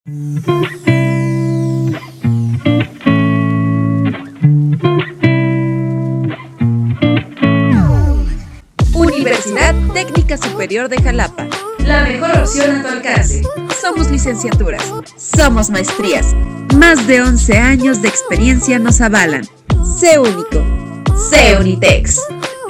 Universidad Técnica Superior de Jalapa. La mejor opción a tu alcance. Somos licenciaturas. Somos maestrías. Más de 11 años de experiencia nos avalan. Sé único. Sé Unitex.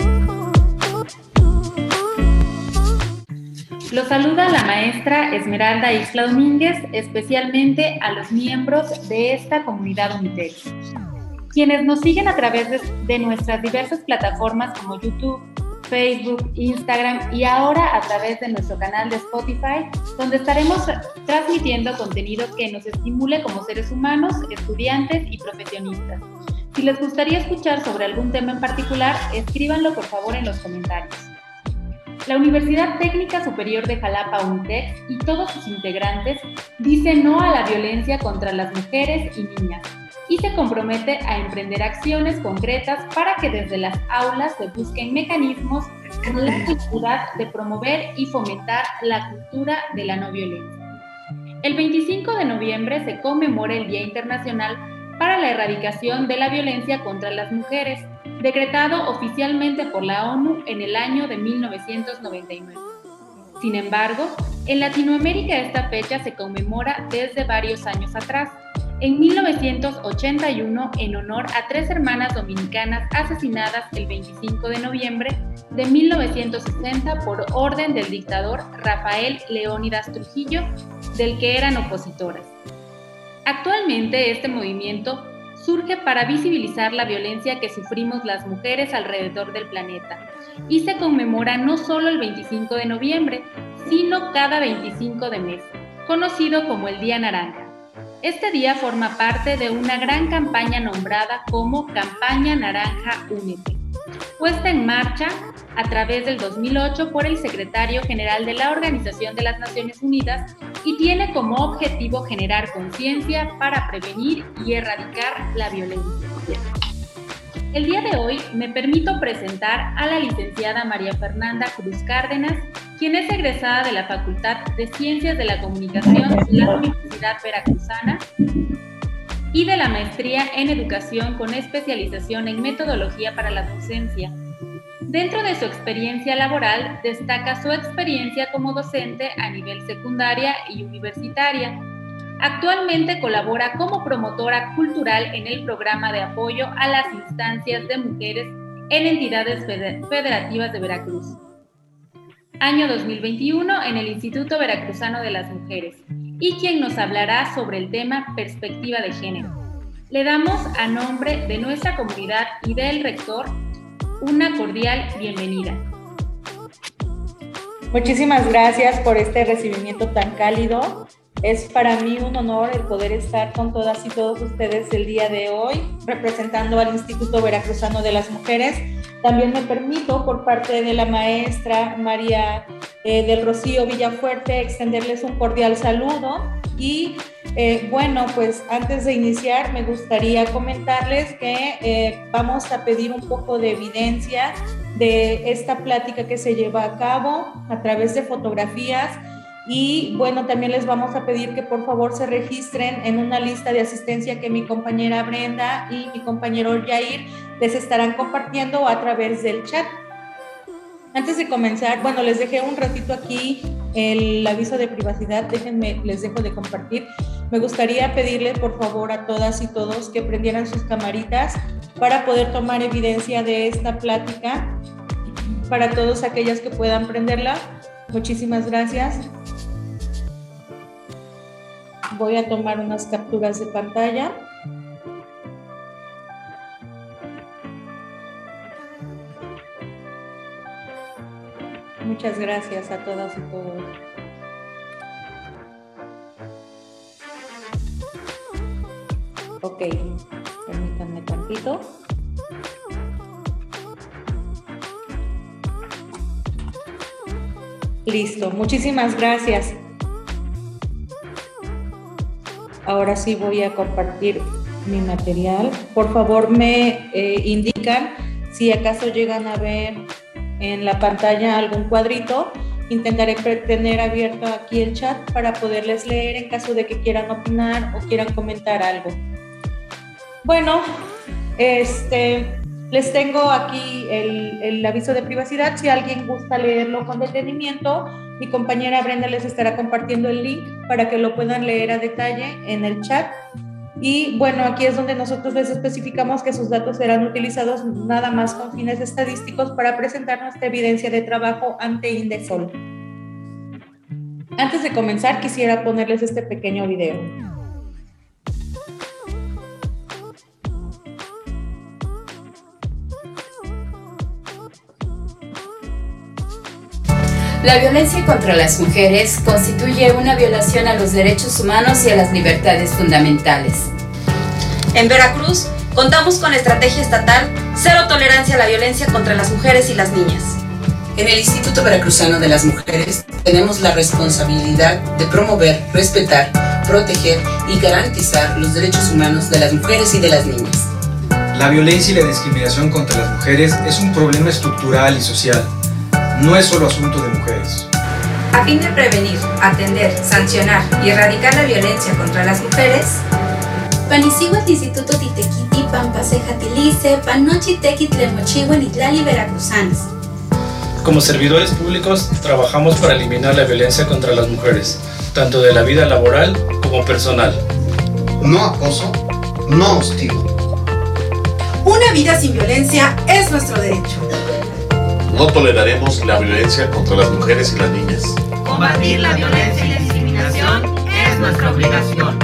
Los saluda la maestra Esmeralda Ixtla Domínguez, especialmente a los miembros de esta comunidad Unitex, quienes nos siguen a través de nuestras diversas plataformas como YouTube, Facebook, Instagram y ahora a través de nuestro canal de Spotify, donde estaremos transmitiendo contenido que nos estimule como seres humanos, estudiantes y profesionistas. Si les gustaría escuchar sobre algún tema en particular, escríbanlo por favor en los comentarios. La Universidad Técnica Superior de Jalapa Unitex y todos sus integrantes dicen no a la violencia contra las mujeres y niñas y se compromete a emprender acciones concretas para que desde las aulas se busquen mecanismos con la finalidad de promover y fomentar la cultura de la no violencia. El 25 de noviembre se conmemora el Día Internacional para la Erradicación de la Violencia contra las Mujeres, decretado oficialmente por la ONU en el año de 1999. Sin embargo, en Latinoamérica esta fecha se conmemora desde varios años atrás. En 1981, en honor a 3 hermanas dominicanas asesinadas el 25 de noviembre de 1960 por orden del dictador Rafael Leónidas Trujillo, del que eran opositoras. Actualmente este movimiento surge para visibilizar la violencia que sufrimos las mujeres alrededor del planeta y se conmemora no solo el 25 de noviembre, sino cada 25 de mes, conocido como el Día Naranja. Este día forma parte de una gran campaña nombrada como Campaña Naranja Únete, puesta en marcha a través del 2008 por el secretario general de la Organización de las Naciones Unidas y tiene como objetivo generar conciencia para prevenir y erradicar la violencia. El día de hoy me permito presentar a la licenciada María Fernanda Cruz Cárdenas, quien es egresada de la Facultad de Ciencias de la Comunicación de la Universidad Veracruzana y de la Maestría en Educación con especialización en Metodología para la Docencia. Dentro de su experiencia laboral, destaca su experiencia como docente a nivel secundaria y universitaria. Actualmente colabora como promotora cultural en el programa de apoyo a las instancias de mujeres en entidades federativas de Veracruz. Año 2021 en el Instituto Veracruzano de las Mujeres, y quien nos hablará sobre el tema perspectiva de género. Le damos a nombre de nuestra comunidad y del rector una cordial bienvenida. Muchísimas gracias por este recibimiento tan cálido. Es para mí un honor el poder estar con todas y todos ustedes el día de hoy, representando al Instituto Veracruzano de las Mujeres. También me permito, por parte de la maestra María del Rocío Villafuerte, extenderles un cordial saludo. Y bueno, pues antes de iniciar me gustaría comentarles que vamos a pedir un poco de evidencia de esta plática que se lleva a cabo a través de fotografías. Y bueno, también les vamos a pedir que por favor se registren en una lista de asistencia que mi compañera Brenda y mi compañero Jair les estarán compartiendo a través del chat. Antes de comenzar, bueno, les dejé un ratito aquí el aviso de privacidad, déjenme, les dejo de compartir. Me gustaría pedirles por favor a todas y todos que prendieran sus camaritas para poder tomar evidencia de esta plática, para todos aquellas que puedan prenderla. Muchísimas gracias. Voy a tomar unas capturas de pantalla. Muchas gracias a todas y todos. Ok, permítanme tantito. Listo, muchísimas gracias. Ahora sí voy a compartir mi material. Por favor, me indican si acaso llegan a ver en la pantalla algún cuadrito Intentaré tener abierto aquí el chat para poderles leer en caso de que quieran opinar o quieran comentar algo. Bueno, les tengo aquí el aviso de privacidad. Si alguien gusta leerlo con detenimiento, mi compañera Brenda les estará compartiendo el link para que lo puedan leer a detalle en el chat. Y bueno, aquí es donde nosotros les especificamos que sus datos serán utilizados nada más con fines estadísticos para presentar nuestra evidencia de trabajo ante Indesol. Antes de comenzar, quisiera ponerles este pequeño video. La violencia contra las mujeres constituye una violación a los derechos humanos y a las libertades fundamentales. En Veracruz, contamos con la estrategia estatal Cero Tolerancia a la Violencia contra las Mujeres y las Niñas. En el Instituto Veracruzano de las Mujeres tenemos la responsabilidad de promover, respetar, proteger y garantizar los derechos humanos de las mujeres y de las niñas. La violencia y la discriminación contra las mujeres es un problema estructural y social. No es solo asunto de mujeres. A fin de prevenir, atender, sancionar y erradicar la violencia contra las mujeres, Panisihuatl Instituto Titequiti, Pampasejatilice, Panochi Tequitlemochihuan Itlali Veracruzanos. Como servidores públicos, trabajamos para eliminar la violencia contra las mujeres, tanto de la vida laboral como personal. No acoso, no hostigo. Una vida sin violencia es nuestro derecho. No toleraremos la violencia contra las mujeres y las niñas. Combatir la violencia y la discriminación es nuestra obligación.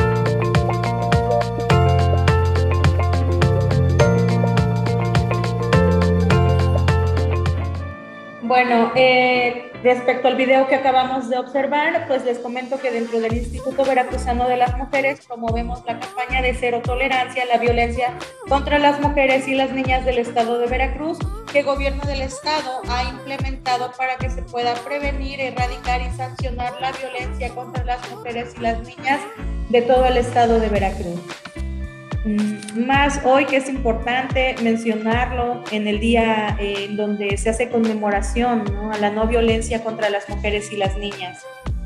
Bueno, respecto al video que acabamos de observar, pues les comento que dentro del Instituto Veracruzano de las Mujeres promovemos la campaña de cero tolerancia a la violencia contra las mujeres y las niñas del estado de Veracruz, que el gobierno del estado ha implementado para que se pueda prevenir, erradicar y sancionar la violencia contra las mujeres y las niñas de todo el estado de Veracruz. Más hoy que es importante mencionarlo en el día en donde se hace conmemoración, ¿no?, a la no violencia contra las mujeres y las niñas.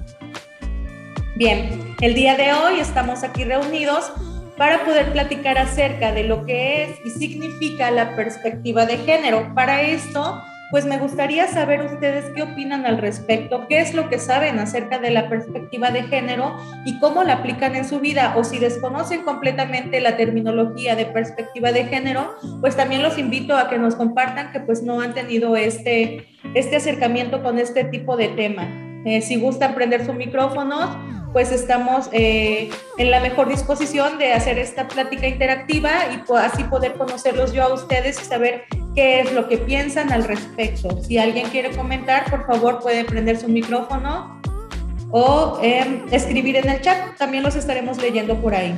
Bien, el día de hoy estamos aquí reunidos para poder platicar acerca de lo que es y significa la perspectiva de género. Para esto, pues me gustaría saber ustedes qué opinan al respecto, qué es lo que saben acerca de la perspectiva de género y cómo la aplican en su vida, o si desconocen completamente la terminología de perspectiva de género, pues también los invito a que nos compartan que pues no han tenido este acercamiento con este tipo de tema. Si gustan prender su micrófono, pues estamos en la mejor disposición de hacer esta plática interactiva y así poder conocerlos yo a ustedes y saber qué es lo que piensan al respecto. Si alguien quiere comentar, por favor puede prender su micrófono o escribir en el chat, también los estaremos leyendo por ahí.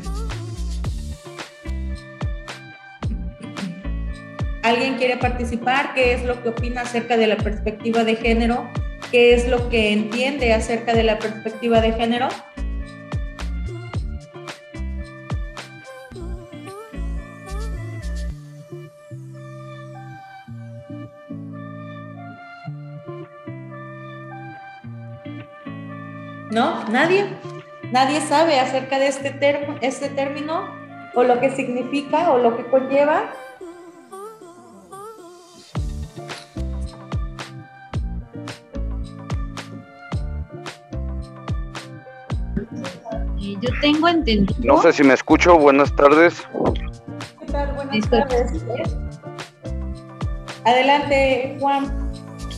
¿Alguien quiere participar? ¿Qué es lo que opina acerca de la perspectiva de género? ¿Qué es lo que entiende acerca de la perspectiva de género? ¿No? ¿Nadie? ¿Nadie sabe acerca de este término o lo que significa o lo que conlleva? Yo tengo entendido. No sé si me escucho. Buenas tardes. ¿Qué tal? Buenas tardes. Adelante, Juan.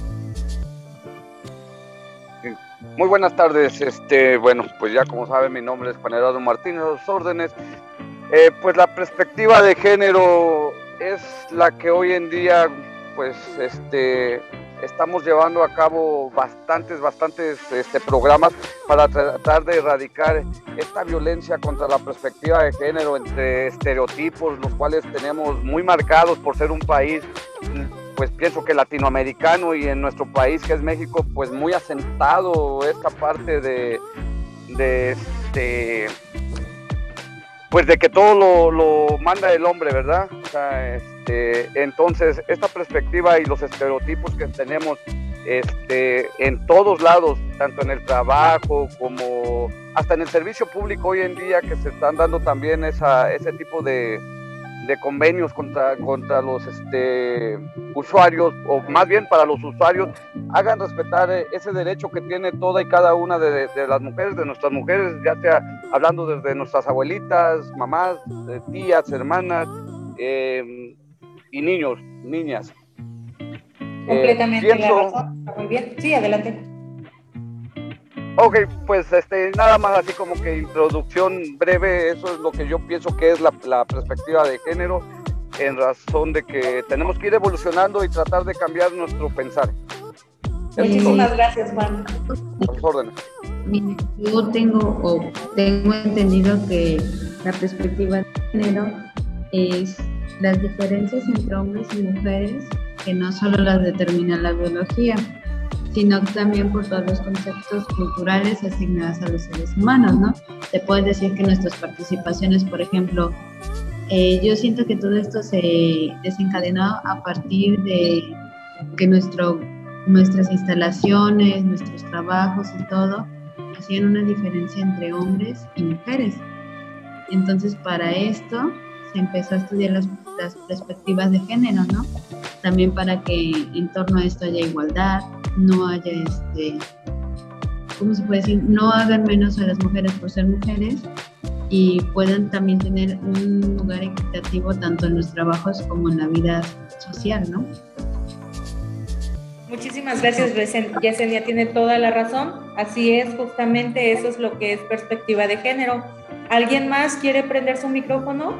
Muy buenas tardes. Bueno, pues ya como saben, mi nombre es Juan Eduardo Martínez, a sus órdenes. Pues la perspectiva de género es la que hoy en día, pues, estamos llevando a cabo bastantes programas para tratar de erradicar esta violencia contra la perspectiva de género entre estereotipos, los cuales tenemos muy marcados por ser un país, pues pienso que latinoamericano, y en nuestro país, que es México, pues muy asentado esta parte pues de que todo lo manda el hombre, ¿verdad? O sea, entonces esta perspectiva y los estereotipos que tenemos en todos lados, tanto en el trabajo como hasta en el servicio público hoy en día, que se están dando también ese tipo de convenios contra los usuarios, o más bien para los usuarios, hagan respetar ese derecho que tiene toda y cada una de las mujeres, de nuestras mujeres, ya sea hablando desde nuestras abuelitas, mamás, tías, hermanas, y niños, niñas. Completamente la razón. Muy bien. Sí, adelante. Ok, pues nada más así como que introducción breve, eso es lo que yo pienso que es la perspectiva de género, en razón de que tenemos que ir evolucionando y tratar de cambiar nuestro pensar. Muchísimas gracias, Juan. A sus órdenes. Yo tengo entendido que la perspectiva de género es las diferencias entre hombres y mujeres, que no solo las determina la biología, sino también por todos los conceptos culturales asignados a los seres humanos, ¿no? Te puedes decir que nuestras participaciones, por ejemplo, yo siento que todo esto se desencadenó a partir de que nuestras instalaciones, nuestros trabajos y todo hacían una diferencia entre hombres y mujeres. Entonces, para esto se empezó a estudiar las perspectivas de género, ¿no? También para que en torno a esto haya igualdad, no haya ¿cómo se puede decir? No hagan menos a las mujeres por ser mujeres y puedan también tener un lugar equitativo tanto en los trabajos como en la vida social, ¿no? Muchísimas gracias, Yesenia, tiene toda la razón. Así es, justamente eso es lo que es perspectiva de género. ¿Alguien más quiere prender su micrófono?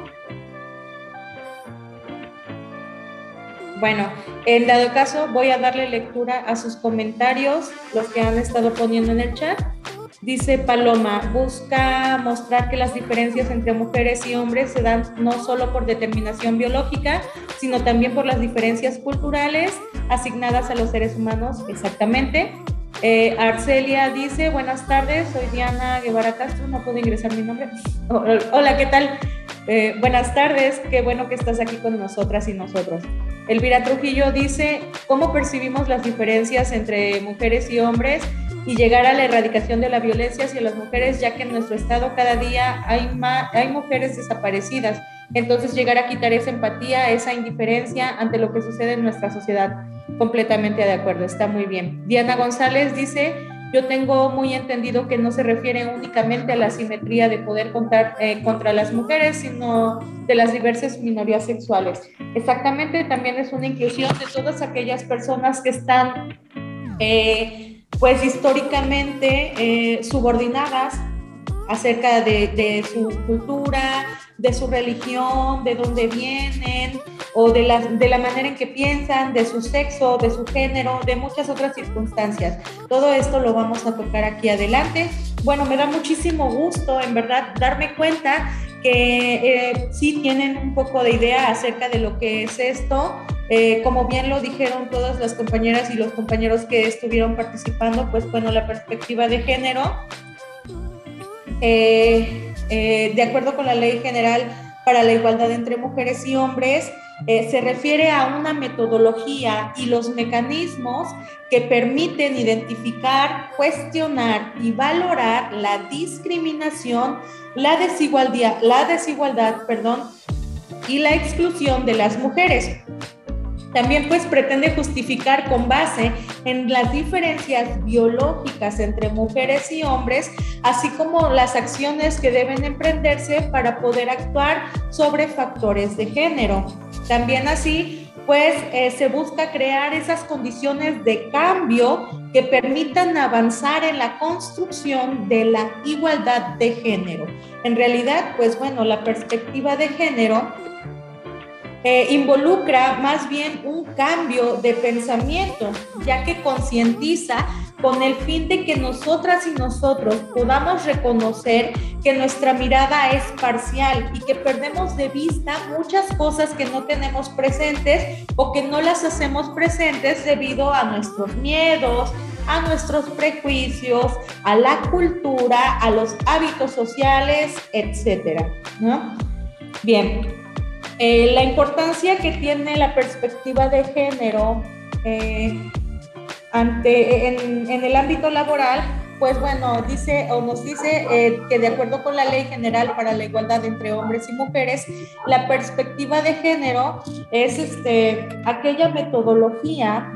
Bueno, en dado caso voy a darle lectura a sus comentarios, los que han estado poniendo en el chat. Dice Paloma, busca mostrar que las diferencias entre mujeres y hombres se dan no solo por determinación biológica, sino también por las diferencias culturales asignadas a los seres humanos. Exactamente. Arcelia dice, buenas tardes, soy Diana Guevara Castro, no puedo ingresar mi nombre. Hola, ¿qué tal? Buenas tardes, qué bueno que estás aquí con nosotras y nosotros. Elvira Trujillo dice, ¿cómo percibimos las diferencias entre mujeres y hombres y llegar a la erradicación de la violencia hacia las mujeres, ya que en nuestro estado cada día hay mujeres desaparecidas? Entonces llegar a quitar esa empatía, esa indiferencia ante lo que sucede en nuestra sociedad. Completamente de acuerdo, está muy bien. Diana González dice, yo tengo muy entendido que no se refiere únicamente a la asimetría de poder contra las mujeres, sino de las diversas minorías sexuales. Exactamente, también es una inclusión de todas aquellas personas que están, pues históricamente subordinadas acerca de su cultura, de su religión, de dónde vienen, o de la manera en que piensan, de su sexo, de su género, de muchas otras circunstancias. Todo esto lo vamos a tocar aquí adelante. Bueno, me da muchísimo gusto, en verdad, darme cuenta que sí tienen un poco de idea acerca de lo que es esto. Como bien lo dijeron todas las compañeras y los compañeros que estuvieron participando, pues bueno, la perspectiva de género, de acuerdo con la Ley General para la Igualdad entre Mujeres y Hombres, se refiere a una metodología y los mecanismos que permiten identificar, cuestionar y valorar la discriminación, la desigualdad, y la exclusión de las mujeres. También pues pretende justificar con base en las diferencias biológicas entre mujeres y hombres, así como las acciones que deben emprenderse para poder actuar sobre factores de género. También así pues se busca crear esas condiciones de cambio que permitan avanzar en la construcción de la igualdad de género. En realidad pues bueno, la perspectiva de género involucra más bien un cambio de pensamiento, ya que concientiza con el fin de que nosotras y nosotros podamos reconocer que nuestra mirada es parcial y que perdemos de vista muchas cosas que no tenemos presentes o que no las hacemos presentes debido a nuestros miedos, a nuestros prejuicios, a la cultura, a los hábitos sociales, etcétera, ¿no? Bien. La importancia que tiene la perspectiva de género en el ámbito laboral, pues bueno, nos dice que de acuerdo con la Ley General para la Igualdad entre Hombres y Mujeres, la perspectiva de género es aquella metodología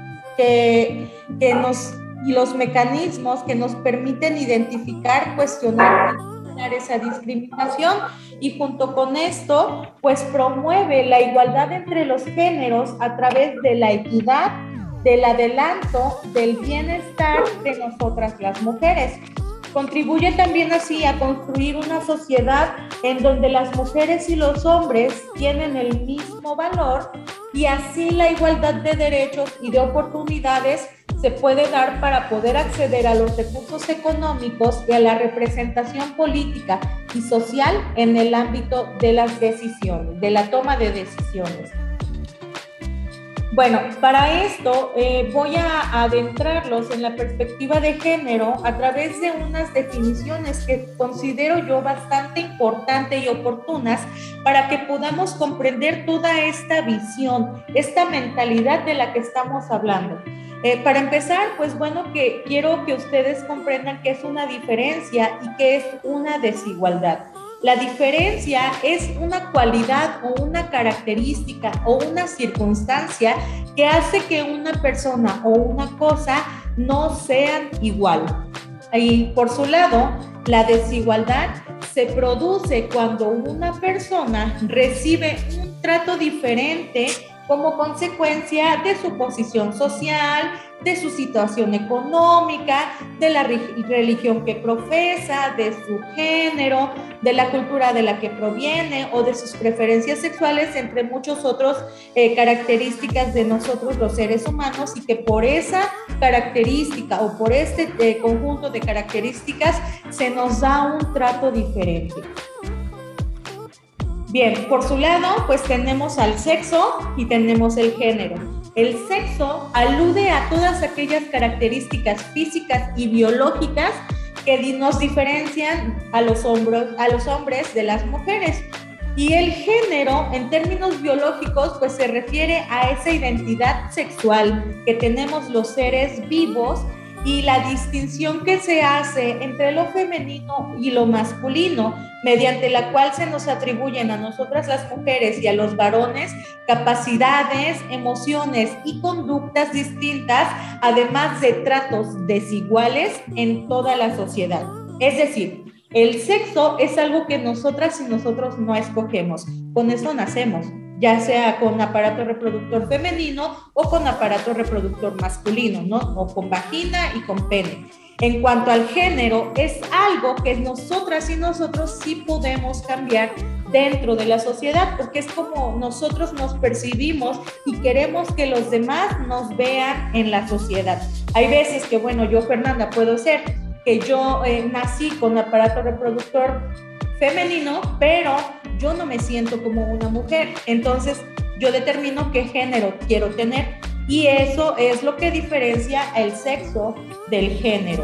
y los mecanismos que nos permiten identificar, cuestionar esa discriminación, y junto con esto, pues promueve la igualdad entre los géneros a través de la equidad, del adelanto, del bienestar de nosotras las mujeres. Contribuye también así a construir una sociedad en donde las mujeres y los hombres tienen el mismo valor, y así la igualdad de derechos y de oportunidades se puede dar para poder acceder a los recursos económicos y a la representación política y social en el ámbito de las decisiones, de la toma de decisiones. Bueno, para esto voy a adentrarlos en la perspectiva de género a través de unas definiciones que considero yo bastante importantes y oportunas para que podamos comprender toda esta visión, esta mentalidad de la que estamos hablando. Para empezar, pues bueno, que quiero que ustedes comprendan qué es una diferencia y qué es una desigualdad. La diferencia es una cualidad o una característica o una circunstancia que hace que una persona o una cosa no sean igual. Y por su lado, la desigualdad se produce cuando una persona recibe un trato diferente como consecuencia de su posición social, de su situación económica, de la religión que profesa, de su género, de la cultura de la que proviene o de sus preferencias sexuales, entre muchas otras características de nosotros los seres humanos, y que por esa característica o por este conjunto de características se nos da un trato diferente. Bien, por su lado, pues tenemos al sexo y tenemos el género. El sexo alude a todas aquellas características físicas y biológicas que nos diferencian a los hombres de las mujeres. Y el género, en términos biológicos, pues se refiere a esa identidad sexual que tenemos los seres vivos y la distinción que se hace entre lo femenino y lo masculino, mediante la cual se nos atribuyen a nosotras las mujeres y a los varones capacidades, emociones y conductas distintas, además de tratos desiguales en toda la sociedad. Es decir, el sexo es algo que nosotras y nosotros no escogemos, con eso nacemos, ya sea con aparato reproductor femenino o con aparato reproductor masculino, ¿no? O con vagina y con pene. En cuanto al género, es algo que nosotras y nosotros sí podemos cambiar dentro de la sociedad, porque es como nosotros nos percibimos y queremos que los demás nos vean en la sociedad. Hay veces que, bueno, yo, Fernanda, puedo ser que yo nací con aparato reproductor femenino, pero yo no me siento como una mujer, entonces yo determino qué género quiero tener, y eso es lo que diferencia el sexo del género.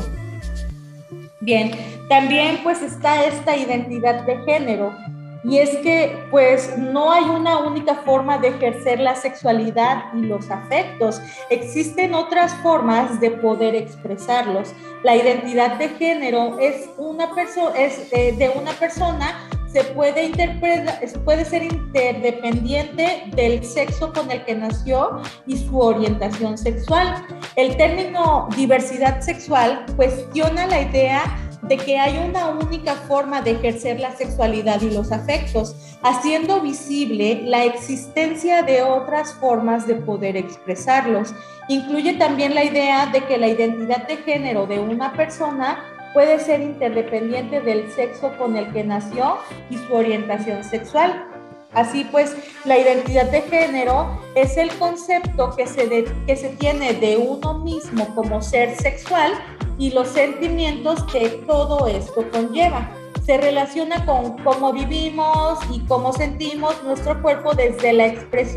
Bien, también pues está esta identidad de género, y es que pues no hay una única forma de ejercer la sexualidad y los afectos, existen otras formas de poder expresarlos. La identidad de género es de una persona, puede ser interdependiente del sexo con el que nació y su orientación sexual. El término diversidad sexual cuestiona la idea de que hay una única forma de ejercer la sexualidad y los afectos, haciendo visible la existencia de otras formas de poder expresarlos. Incluye también la idea de que la identidad de género de una persona puede ser interdependiente del sexo con el que nació y su orientación sexual. Así pues, la identidad de género es el concepto que se tiene de uno mismo como ser sexual y los sentimientos que todo esto conlleva. Se relaciona con cómo vivimos y cómo sentimos nuestro cuerpo desde la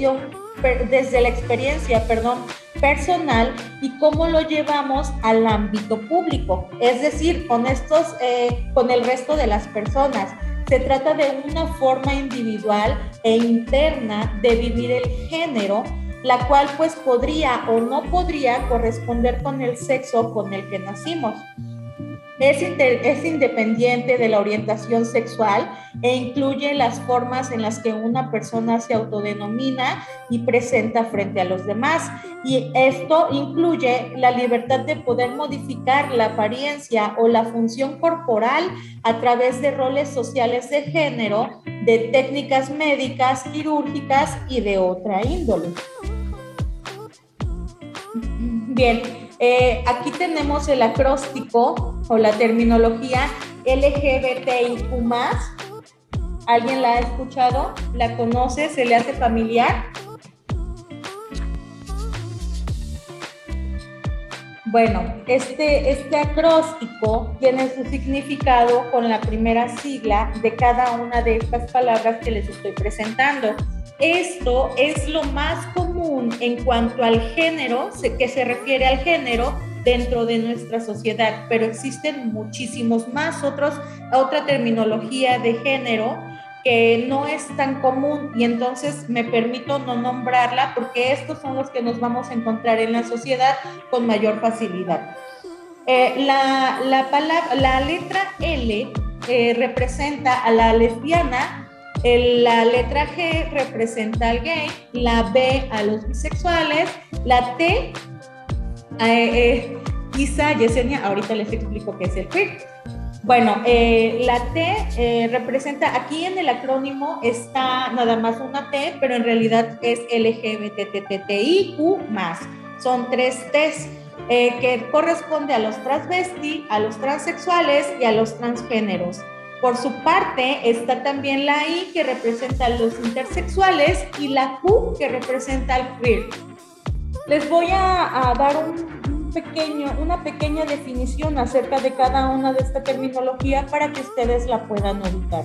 experiencia personal y cómo lo llevamos al ámbito público, es decir, con el resto de las personas. Se trata de una forma individual e interna de vivir el género la cual pues podría o no podría corresponder con el sexo con el que nacimos. Es independiente de la orientación sexual e incluye las formas en las que una persona se autodenomina y presenta frente a los demás. Y esto incluye la libertad de poder modificar la apariencia o la función corporal a través de roles sociales de género, de técnicas médicas, quirúrgicas y de otra índole. Bien, aquí tenemos el acróstico o la terminología LGBTIQ+. ¿Alguien la ha escuchado? ¿La conoce? ¿Se le hace familiar? Bueno, este acróstico tiene su significado con la primera sigla de cada una de estas palabras que les estoy presentando. Esto es lo más común en cuanto al género, que se refiere al género dentro de nuestra sociedad, pero existen muchísimos más otra terminología de género que no es tan común y entonces me permito no nombrarla porque estos son los que nos vamos a encontrar en la sociedad con mayor facilidad. La letra L representa a la lesbiana, la letra G representa al gay, la B a los bisexuales, la T, quizá Yesenia, ahorita les explico qué es el queer. Bueno, la T representa, aquí en el acrónimo está nada más una T, pero en realidad es LGBTTIQ+. Son 3 T's que corresponde a los transvesti, a los transexuales y a los transgéneros. Por su parte está también la I que representa a los intersexuales y la Q que representa al queer. Les voy a dar una pequeña definición acerca de cada una de esta terminología para que ustedes la puedan ubicar.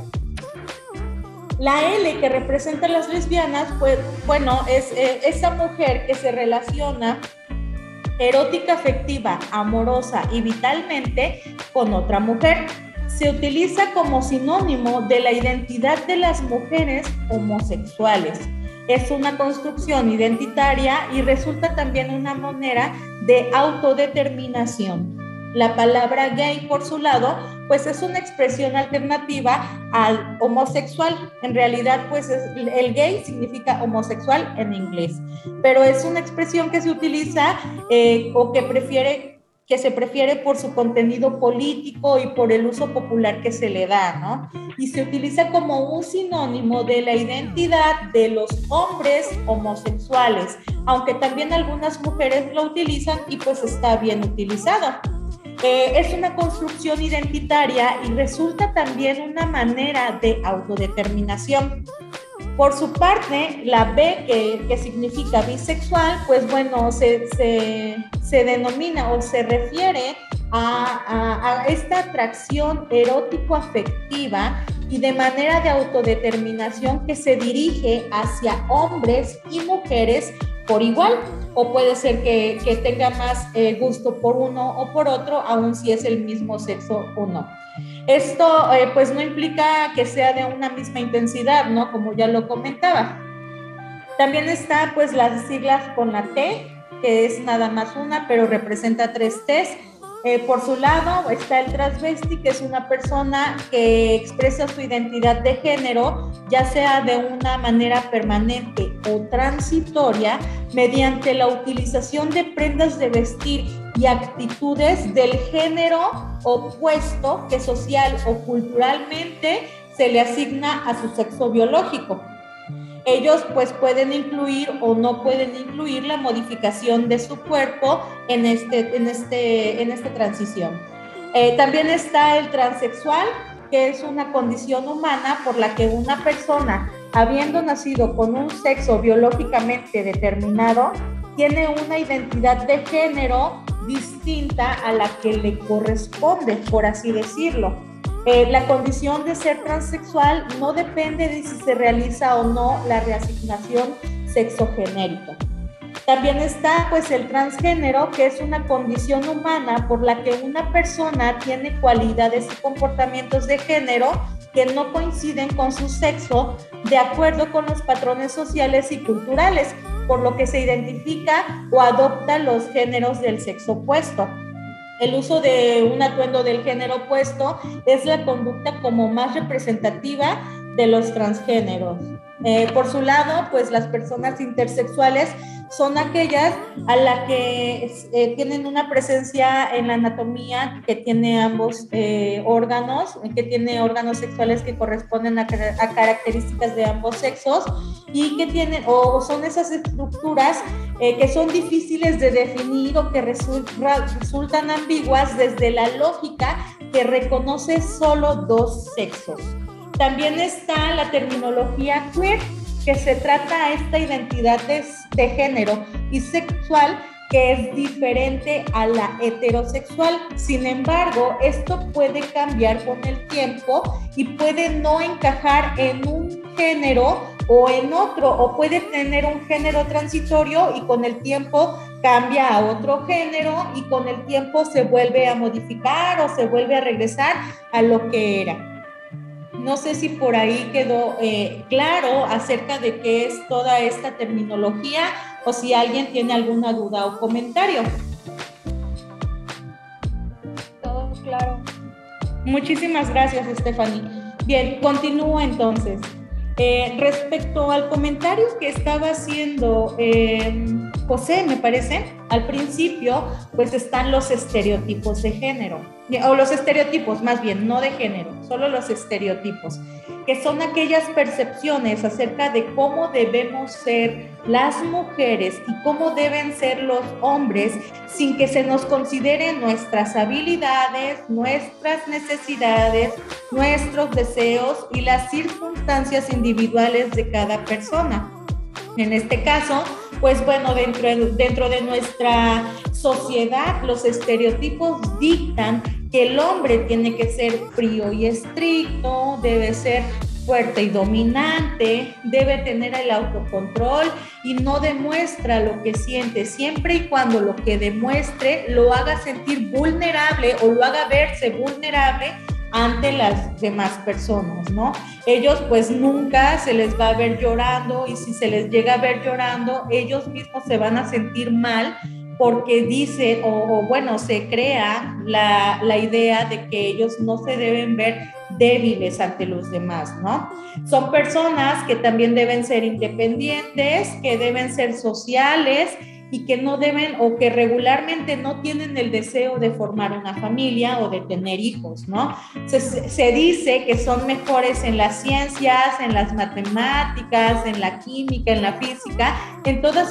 La L que representa a las lesbianas, pues bueno, es esa mujer que se relaciona erótica, afectiva, amorosa y vitalmente con otra mujer. Se utiliza como sinónimo de la identidad de las mujeres homosexuales. Es una construcción identitaria y resulta también una manera de autodeterminación. La palabra gay, por su lado, pues es una expresión alternativa al homosexual. En realidad, pues el gay significa homosexual en inglés, pero es una expresión que se utiliza o que se prefiere por su contenido político y por el uso popular que se le da, ¿no? Y se utiliza como un sinónimo de la identidad de los hombres homosexuales, aunque también algunas mujeres lo utilizan y pues está bien utilizado. Es una construcción identitaria y resulta también una manera de autodeterminación. Por su parte, la B, que significa bisexual, pues bueno, se denomina o se refiere a esta atracción erótico-afectiva y de manera de autodeterminación que se dirige hacia hombres y mujeres por igual, o puede ser que tenga más gusto por uno o por otro, aun si es el mismo sexo o no. Esto pues no implica que sea de una misma intensidad, ¿no? Como ya lo comentaba. También está pues las siglas con la T, que es nada más una, pero representa 3 T's. Por su lado está el transvesti, que es una persona que expresa su identidad de género, ya sea de una manera permanente o transitoria, mediante la utilización de prendas de vestir y actitudes del género opuesto que social o culturalmente se le asigna a su sexo biológico. Ellos pues pueden incluir o no pueden incluir la modificación de su cuerpo en esta transición. También está el transexual, que es una condición humana por la que una persona, habiendo nacido con un sexo biológicamente determinado, tiene una identidad de género distinta a la que le corresponde, por así decirlo. La condición de ser transexual no depende de si se realiza o no la reasignación sexogenérica. También está pues el transgénero, que es una condición humana por la que una persona tiene cualidades y comportamientos de género que no coinciden con su sexo de acuerdo con los patrones sociales y culturales. por lo que se identifica o adopta los géneros del sexo opuesto. El uso de un atuendo del género opuesto es la conducta como más representativa de los transgéneros. Por su lado, pues las personas intersexuales son aquellas a las que tienen una presencia en la anatomía que tiene ambos órganos, que tiene órganos sexuales que corresponden a características de ambos sexos y que tienen, o son esas estructuras que son difíciles de definir o que resultan ambiguas desde la lógica que reconoce solo dos sexos. También está la terminología queer, que se trata de esta identidad de género y sexual que es diferente a la heterosexual. Sin embargo, esto puede cambiar con el tiempo y puede no encajar en un género o en otro, o puede tener un género transitorio y con el tiempo cambia a otro género y con el tiempo se vuelve a modificar o se vuelve a regresar a lo que era. No sé si por ahí quedó claro acerca de qué es toda esta terminología o si alguien tiene alguna duda o comentario. Todo claro. Muchísimas gracias, Stephanie. Bien, continúo entonces. Respecto al comentario que estaba haciendo José, me parece, al principio, pues están los estereotipos de género, o los estereotipos más bien, no de género, solo los estereotipos, que son aquellas percepciones acerca de cómo debemos ser las mujeres y cómo deben ser los hombres sin que se nos consideren nuestras habilidades, nuestras necesidades, nuestros deseos y las circunstancias individuales de cada persona. En este caso, pues bueno, dentro de nuestra sociedad, los estereotipos dictan que el hombre tiene que ser frío y estricto, debe ser fuerte y dominante, debe tener el autocontrol y no demuestra lo que siente, siempre y cuando lo que demuestre lo haga sentir vulnerable o lo haga verse vulnerable ante las demás personas, ¿no? Ellos pues nunca se les va a ver llorando y si se les llega a ver llorando, ellos mismos se van a sentir mal porque dice, o bueno, se crea la idea de que ellos no se deben ver débiles ante los demás, ¿no? Son personas que también deben ser independientes, que deben ser sociales y que no deben o que regularmente no tienen el deseo de formar una familia o de tener hijos, ¿no? Se dice que son mejores en las ciencias, en las matemáticas, en la química, en la física, en todas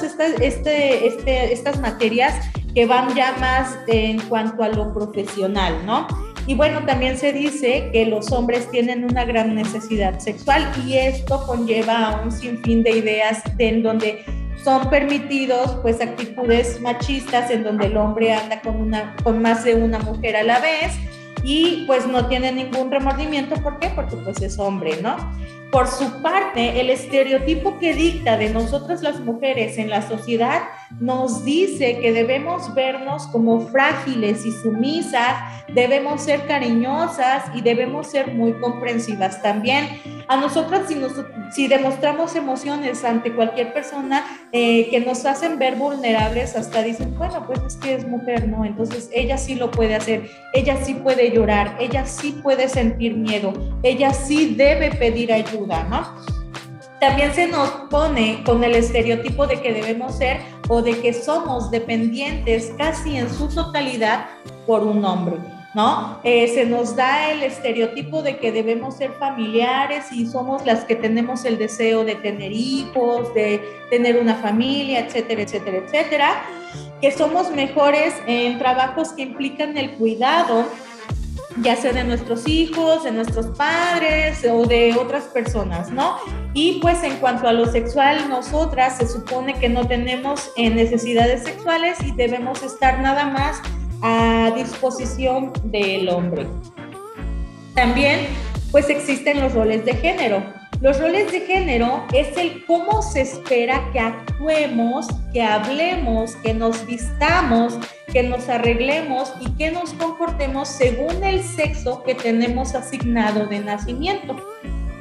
estas materias que van ya más en cuanto a lo profesional, ¿no? Y bueno, también se dice que los hombres tienen una gran necesidad sexual y esto conlleva a un sinfín de ideas en donde son permitidos pues actitudes machistas en donde el hombre anda con más de una mujer a la vez y pues no tiene ningún remordimiento. ¿Por qué? Porque pues es hombre, ¿no? Por su parte, el estereotipo que dicta de nosotras las mujeres en la sociedad nos dice que debemos vernos como frágiles y sumisas, debemos ser cariñosas y debemos ser muy comprensivas también. A nosotras, si demostramos emociones ante cualquier persona que nos hacen ver vulnerables, hasta dicen, bueno, pues es que es mujer, ¿no? Entonces ella sí lo puede hacer, ella sí puede llorar, ella sí puede sentir miedo, ella sí debe pedir ayuda, ¿no? También se nos pone con el estereotipo de que debemos ser o de que somos dependientes casi en su totalidad por un hombre, ¿no? Se nos da el estereotipo de que debemos ser familiares y somos las que tenemos el deseo de tener hijos, de tener una familia, etcétera, etcétera, etcétera, que somos mejores en trabajos que implican el cuidado, ya sea de nuestros hijos, de nuestros padres o de otras personas, ¿no? Y pues en cuanto a lo sexual, nosotras se supone que no tenemos necesidades sexuales y debemos estar nada más a disposición del hombre. También pues existen los roles de género. Los roles de género es el cómo se espera que actuemos, que hablemos, que nos vistamos, que nos arreglemos y que nos comportemos según el sexo que tenemos asignado de nacimiento.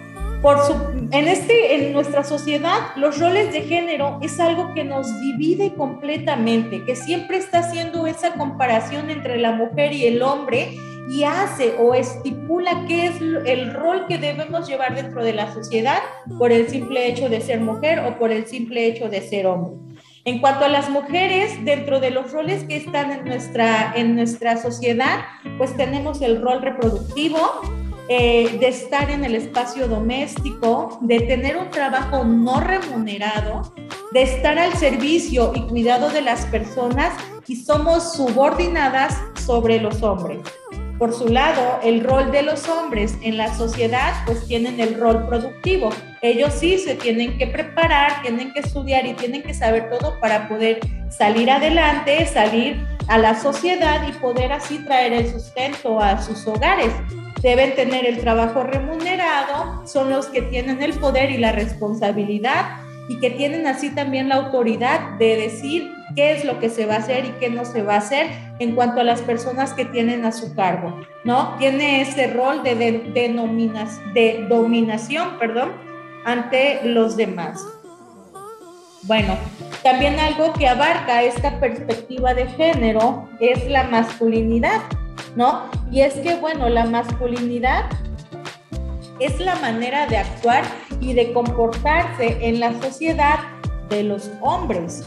En nuestra sociedad, los roles de género es algo que nos divide completamente, que siempre está haciendo esa comparación entre la mujer y el hombre y hace o estipula qué es el rol que debemos llevar dentro de la sociedad por el simple hecho de ser mujer o por el simple hecho de ser hombre. En cuanto a las mujeres, dentro de los roles que están en nuestra sociedad, pues tenemos el rol reproductivo, de estar en el espacio doméstico, de tener un trabajo no remunerado, de estar al servicio y cuidado de las personas y somos subordinadas sobre los hombres. Por su lado, el rol de los hombres en la sociedad, pues tienen el rol productivo. Ellos sí se tienen que preparar, tienen que estudiar y tienen que saber todo para poder salir adelante, salir a la sociedad y poder así traer el sustento a sus hogares. Deben tener el trabajo remunerado, son los que tienen el poder y la responsabilidad y que tienen así también la autoridad de decir qué es lo que se va a hacer y qué no se va a hacer en cuanto a las personas que tienen a su cargo, ¿no? Tiene ese rol de dominación, ante los demás. Bueno, también algo que abarca esta perspectiva de género es la masculinidad, ¿no? Y es que, bueno, la masculinidad es la manera de actuar y de comportarse en la sociedad de los hombres.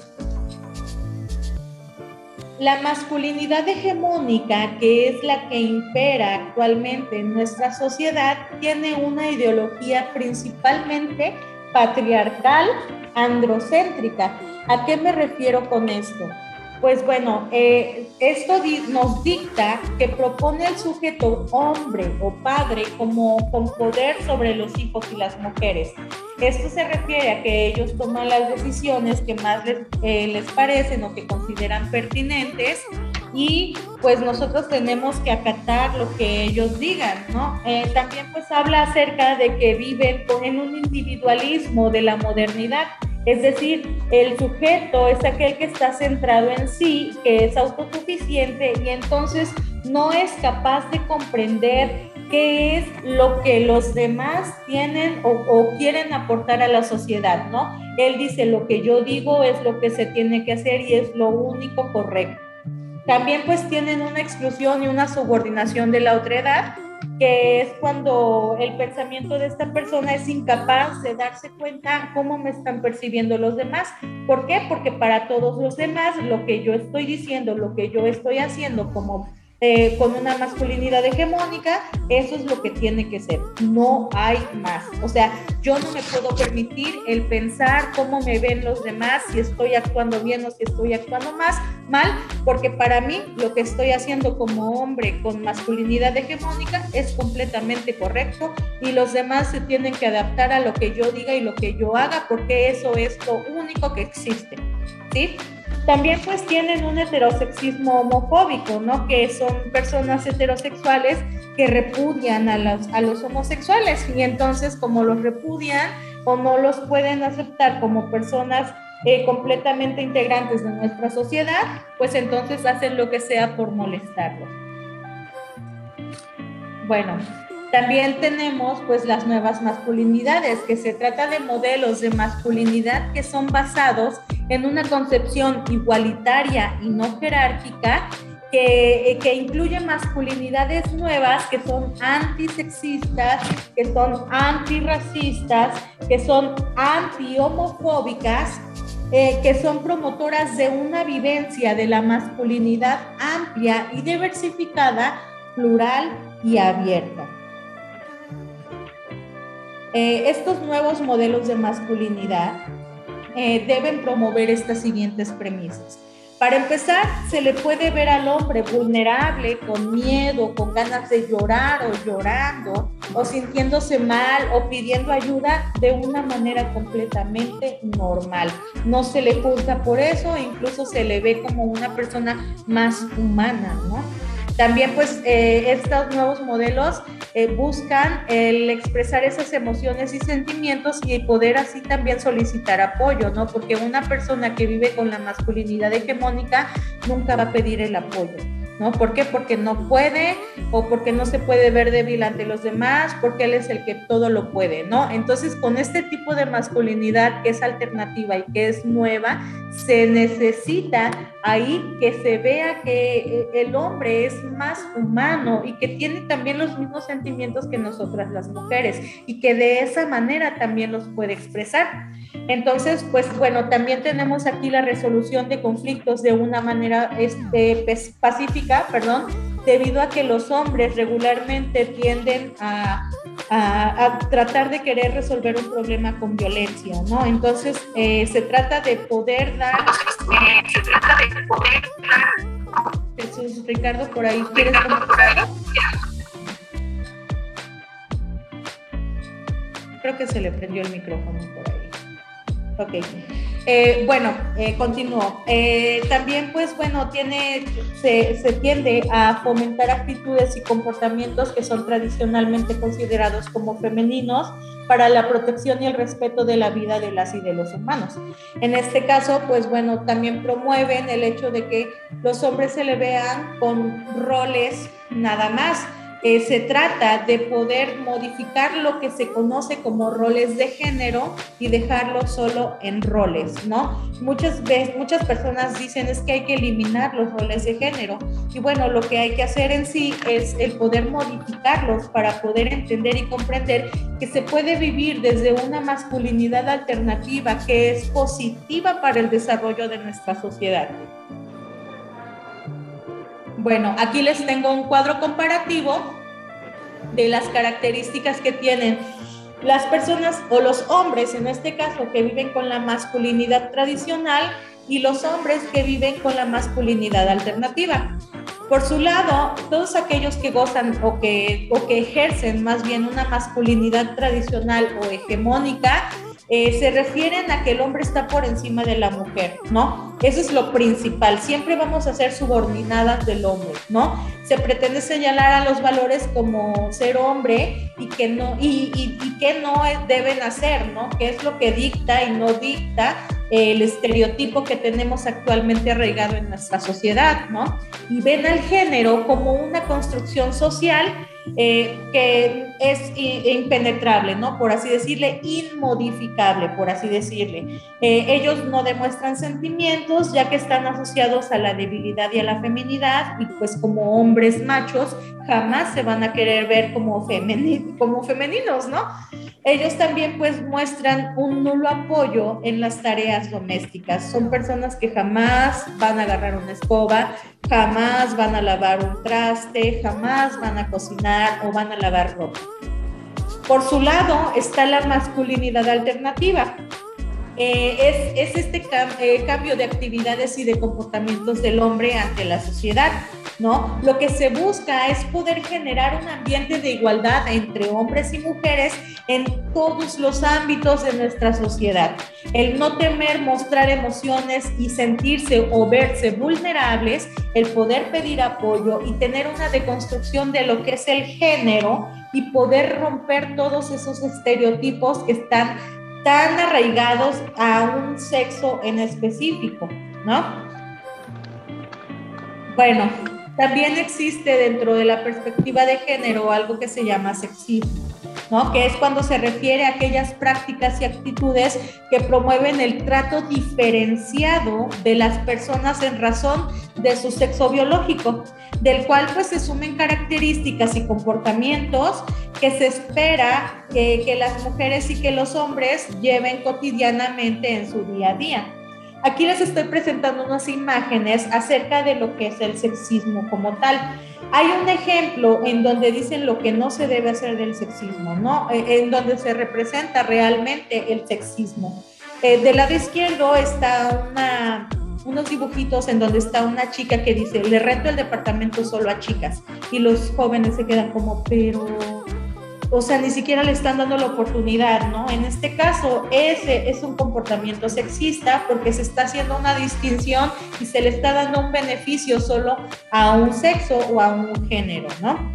La masculinidad hegemónica, que es la que impera actualmente en nuestra sociedad, tiene una ideología principalmente patriarcal, androcéntrica. ¿A qué me refiero con esto? Pues bueno, esto nos dicta que propone al sujeto hombre o padre con poder sobre los hijos y las mujeres. Esto se refiere a que ellos toman las decisiones que más les parecen o que consideran pertinentes y pues nosotros tenemos que acatar lo que ellos digan, ¿no? También pues habla acerca de que viven en un individualismo de la modernidad. Es decir, el sujeto es aquel que está centrado en sí, que es autosuficiente y entonces no es capaz de comprender qué es lo que los demás tienen o quieren aportar a la sociedad, ¿no? Él dice, lo que yo digo es lo que se tiene que hacer y es lo único correcto. También pues tienen una exclusión y una subordinación de la otredad, que es cuando el pensamiento de esta persona es incapaz de darse cuenta cómo me están percibiendo los demás. ¿Por qué? Porque para todos los demás lo que yo estoy diciendo, lo que yo estoy haciendo como con una masculinidad hegemónica, eso es lo que tiene que ser, no hay más. O sea, yo no me puedo permitir el pensar cómo me ven los demás, si estoy actuando bien o si estoy actuando mal, porque para mí lo que estoy haciendo como hombre con masculinidad hegemónica es completamente correcto y los demás se tienen que adaptar a lo que yo diga y lo que yo haga, porque eso es lo único que existe, ¿sí? También pues tienen un heterosexismo homofóbico, ¿no? Que son personas heterosexuales que repudian a los homosexuales y entonces como los repudian o no los pueden aceptar como personas completamente integrantes de nuestra sociedad, pues entonces hacen lo que sea por molestarlos. Bueno, también tenemos pues las nuevas masculinidades, que se trata de modelos de masculinidad que son basados en una concepción igualitaria y no jerárquica que incluye masculinidades nuevas que son antisexistas, que son antirracistas, que son antihomofóbicas, que son promotoras de una vivencia de la masculinidad amplia y diversificada, plural y abierta. Estos nuevos modelos de masculinidad deben promover estas siguientes premisas. Para empezar, se le puede ver al hombre vulnerable, con miedo, con ganas de llorar o llorando, o sintiéndose mal o pidiendo ayuda de una manera completamente normal. No se le juzga por eso, incluso se le ve como una persona más humana, ¿no? También pues estos nuevos modelos buscan el expresar esas emociones y sentimientos y poder así también solicitar apoyo, ¿no? Porque una persona que vive con la masculinidad hegemónica nunca va a pedir el apoyo. ¿no? ¿Por qué? Porque no puede o porque no se puede ver débil ante los demás, porque él es el que todo lo puede, ¿no? Entonces, con este tipo de masculinidad que es alternativa y que es nueva, se necesita ahí que se vea que el hombre es más humano y que tiene también los mismos sentimientos que nosotras las mujeres y que de esa manera también los puede expresar. Entonces, pues bueno, también tenemos aquí la resolución de conflictos de una manera pacífica, debido a que los hombres regularmente tienden a tratar de querer resolver un problema con violencia, ¿no? Entonces, se trata de poder dar... Jesús, Ricardo, por ahí, ¿quieres comentar? Creo que se le prendió el micrófono por ahí. Ok. Continúo. También, pues bueno, se tiende a fomentar actitudes y comportamientos que son tradicionalmente considerados como femeninos para la protección y el respeto de la vida de las y de los humanos. En este caso, pues bueno, también promueven el hecho de que los hombres se le vean con roles nada más. Se trata de poder modificar lo que se conoce como roles de género y dejarlo solo en roles, ¿no? Muchas personas dicen es que hay que eliminar los roles de género y bueno, lo que hay que hacer en sí es el poder modificarlos para poder entender y comprender que se puede vivir desde una masculinidad alternativa que es positiva para el desarrollo de nuestra sociedad. Bueno, aquí les tengo un cuadro comparativo de las características que tienen las personas o los hombres, en este caso, que viven con la masculinidad tradicional y los hombres que viven con la masculinidad alternativa. Por su lado, todos aquellos que gozan o que ejercen más bien una masculinidad tradicional o hegemónica, se refieren a que el hombre está por encima de la mujer, ¿no? Eso es lo principal, siempre vamos a ser subordinadas del hombre, ¿no? Se pretende señalar a los valores como ser hombre y que no deben hacer, ¿no? ¿Qué es lo que dicta y no dicta el estereotipo que tenemos actualmente arraigado en nuestra sociedad, ¿no? Y ven al género como una construcción social que es impenetrable, ¿no? Por así decirle, inmodificable, por así decirle. Ellos no demuestran sentimientos, ya que están asociados a la debilidad y a la feminidad, y pues como hombres machos jamás se van a querer ver como femeninos, ¿no? Ellos también pues muestran un nulo apoyo en las tareas domésticas. Son personas que jamás van a agarrar una escoba, jamás van a lavar un traste, jamás van a cocinar o van a lavar ropa. Por su lado está la masculinidad alternativa. Es este cambio de actividades y de comportamientos del hombre ante la sociedad, ¿no? Lo que se busca es poder generar un ambiente de igualdad entre hombres y mujeres en todos los ámbitos de nuestra sociedad. El no temer mostrar emociones y sentirse o verse vulnerables, el poder pedir apoyo y tener una deconstrucción de lo que es el género y poder romper todos esos estereotipos que están tan arraigados a un sexo en específico, ¿no? Bueno, también existe dentro de la perspectiva de género algo que se llama sexismo, ¿no? Que es cuando se refiere a aquellas prácticas y actitudes que promueven el trato diferenciado de las personas en razón de su sexo biológico, del cual pues se sumen características y comportamientos que se espera que las mujeres y que los hombres lleven cotidianamente en su día a día. Aquí les estoy presentando unas imágenes acerca de lo que es el sexismo como tal. Hay un ejemplo en donde dicen lo que no se debe hacer del sexismo, ¿no? En donde se representa realmente el sexismo. Del lado izquierdo está unos dibujitos en donde está una chica que dice, le rento el departamento solo a chicas. Y los jóvenes se quedan como, pero... O sea, ni siquiera le están dando la oportunidad, ¿no? En este caso, ese es un comportamiento sexista porque se está haciendo una distinción y se le está dando un beneficio solo a un sexo o a un género, ¿no?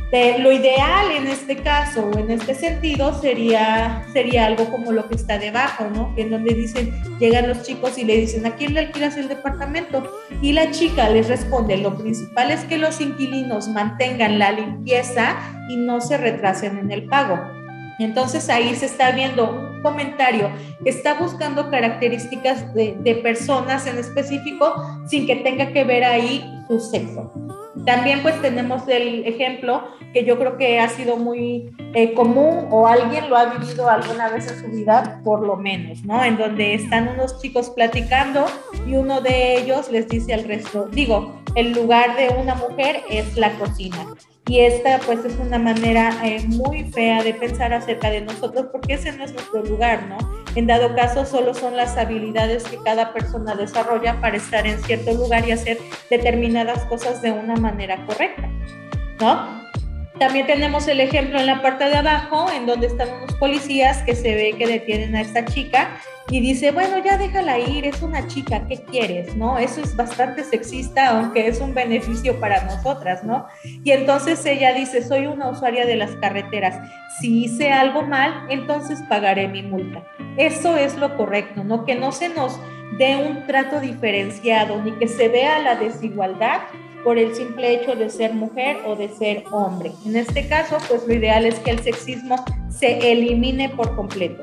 Lo ideal en este caso o en este sentido sería algo como lo que está debajo, ¿no? Que en donde dicen, llegan los chicos y le dicen, ¿a quién le alquilas el departamento? Y la chica les responde, lo principal es que los inquilinos mantengan la limpieza y no se retrasen en el pago. Entonces ahí se está viendo un comentario que está buscando características de personas en específico sin que tenga que ver ahí su sexo. También pues tenemos el ejemplo que yo creo que ha sido muy común o alguien lo ha vivido alguna vez en su vida, por lo menos, ¿no? En donde están unos chicos platicando y uno de ellos les dice al resto, el lugar de una mujer es la cocina. Y esta pues es una manera muy fea de pensar acerca de nosotros porque ese no es nuestro lugar, ¿no? En dado caso solo son las habilidades que cada persona desarrolla para estar en cierto lugar y hacer determinadas cosas de una manera correcta, ¿no? También tenemos el ejemplo en la parte de abajo, en donde están unos policías que se ve que detienen a esta chica y dice, bueno, ya déjala ir, es una chica, ¿qué quieres? ¿No? Eso es bastante sexista, aunque es un beneficio para nosotras, ¿no? Y entonces ella dice, soy una usuaria de las carreteras, si hice algo mal, entonces pagaré mi multa. Eso es lo correcto, ¿no? Que no se nos dé un trato diferenciado, ni que se vea la desigualdad por el simple hecho de ser mujer o de ser hombre. En este caso, pues lo ideal es que el sexismo se elimine por completo.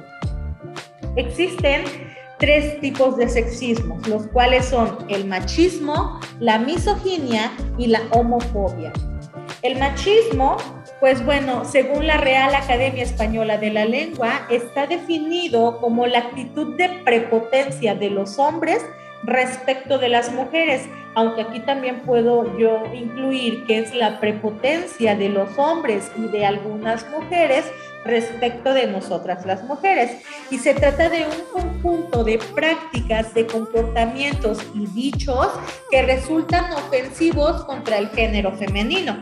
Existen 3 tipos de sexismos, los cuales son el machismo, la misoginia y la homofobia. El machismo, pues bueno, según la Real Academia Española de la Lengua, está definido como la actitud de prepotencia de los hombres respecto de las mujeres, aunque aquí también puedo yo incluir que es la prepotencia de los hombres y de algunas mujeres respecto de nosotras las mujeres. Y se trata de un conjunto de prácticas, de comportamientos y dichos que resultan ofensivos contra el género femenino.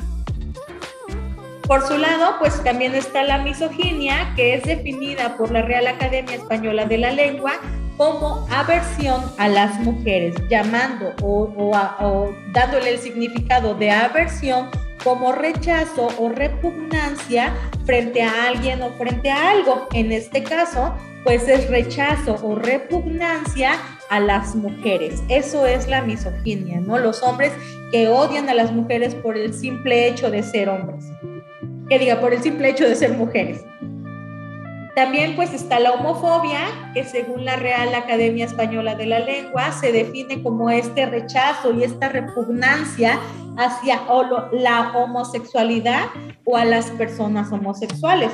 Por su lado, pues también está la misoginia, que es definida por la Real Academia Española de la Lengua como aversión a las mujeres, llamando o dándole el significado de aversión como rechazo o repugnancia frente a alguien o frente a algo. En este caso, pues es rechazo o repugnancia a las mujeres. Eso es la misoginia, ¿no? Los hombres que odian a las mujeres por el simple hecho de ser hombres. Por el simple hecho de ser mujeres. También pues está la homofobia, que según la Real Academia Española de la Lengua se define como este rechazo y esta repugnancia hacia la homosexualidad o a las personas homosexuales.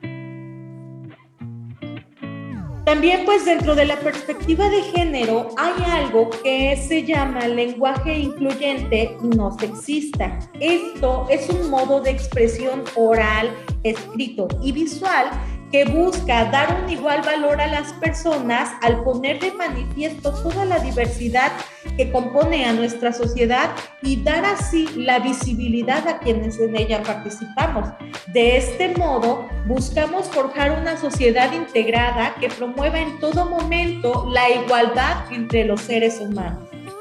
También pues dentro de la perspectiva de género hay algo que se llama lenguaje incluyente y no sexista. Esto es un modo de expresión oral, escrito y visual que busca dar un igual valor a las personas al poner de manifiesto toda la diversidad que compone a nuestra sociedad y dar así la visibilidad a quienes en ella participamos. De este modo, buscamos forjar una sociedad integrada que promueva en todo momento la igualdad entre los seres humanos.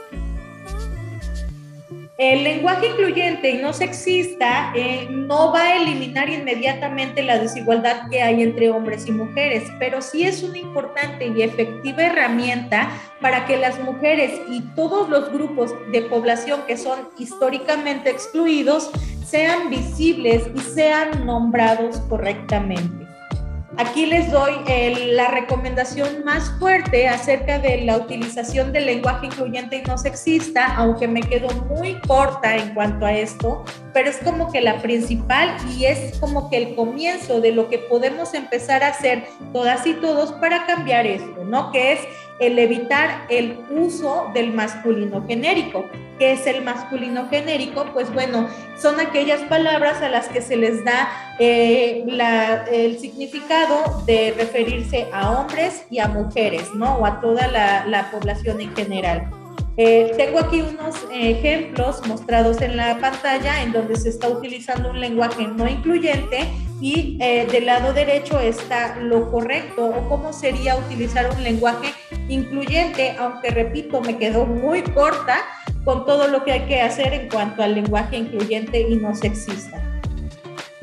El lenguaje incluyente y no sexista no va a eliminar inmediatamente la desigualdad que hay entre hombres y mujeres, pero sí es una importante y efectiva herramienta para que las mujeres y todos los grupos de población que son históricamente excluidos sean visibles y sean nombrados correctamente. Aquí les doy la recomendación más fuerte acerca de la utilización del lenguaje incluyente y no sexista, aunque me quedo muy corta en cuanto a esto, pero es como que la principal y es como que el comienzo de lo que podemos empezar a hacer todas y todos para cambiar esto, ¿no? Que es el evitar el uso del masculino genérico. ¿Qué es el masculino genérico? Pues bueno, son aquellas palabras a las que se les da el significado de referirse a hombres y a mujeres, ¿no? O a toda la población en general. Tengo aquí unos ejemplos mostrados en la pantalla en donde se está utilizando un lenguaje no incluyente y del lado derecho está lo correcto o cómo sería utilizar un lenguaje incluyente, aunque repito, me quedó muy corta con todo lo que hay que hacer en cuanto al lenguaje incluyente y no sexista.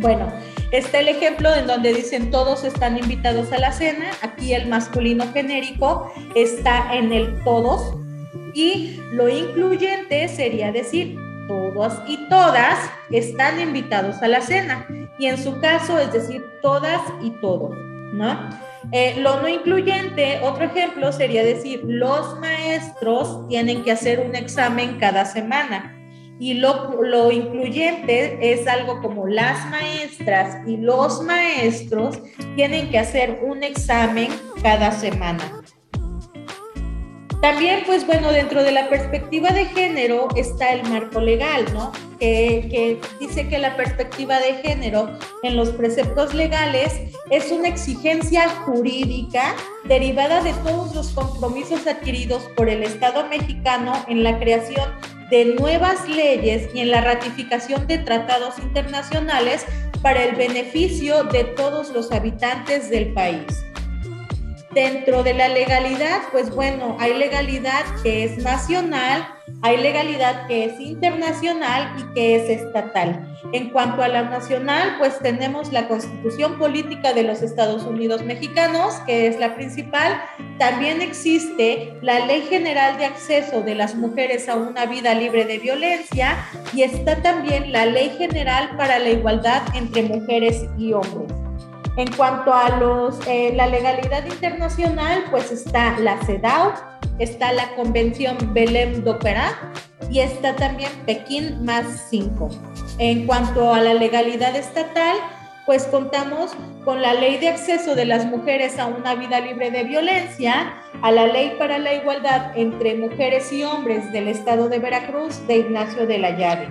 Bueno, está el ejemplo en donde dicen todos están invitados a la cena. Aquí el masculino genérico está en el todos, y lo incluyente sería decir todos y todas están invitados a la cena, y en su caso es decir todas y todos, ¿no? Lo no incluyente, otro ejemplo sería decir los maestros tienen que hacer un examen cada semana. Y lo incluyente es algo como las maestras y los maestros tienen que hacer un examen cada semana. También, pues bueno, dentro de la perspectiva de género está el marco legal, ¿no? Que dice que la perspectiva de género en los preceptos legales es una exigencia jurídica derivada de todos los compromisos adquiridos por el Estado mexicano en la creación de nuevas leyes y en la ratificación de tratados internacionales para el beneficio de todos los habitantes del país. Dentro de la legalidad, pues bueno, hay legalidad que es nacional, hay legalidad que es internacional y que es estatal. En cuanto a la nacional, pues tenemos la Constitución Política de los Estados Unidos Mexicanos, que es la principal. También existe la Ley General de Acceso de las Mujeres a una Vida Libre de Violencia, y está también la Ley General para la Igualdad entre Mujeres y Hombres. En cuanto a la legalidad internacional, pues está la CEDAW, está la Convención Belém do Pará y está también Pekín +5. En cuanto a la legalidad estatal, pues contamos con la Ley de Acceso de las Mujeres a una Vida Libre de Violencia, a la Ley para la Igualdad entre Mujeres y Hombres del Estado de Veracruz de Ignacio de la Llave.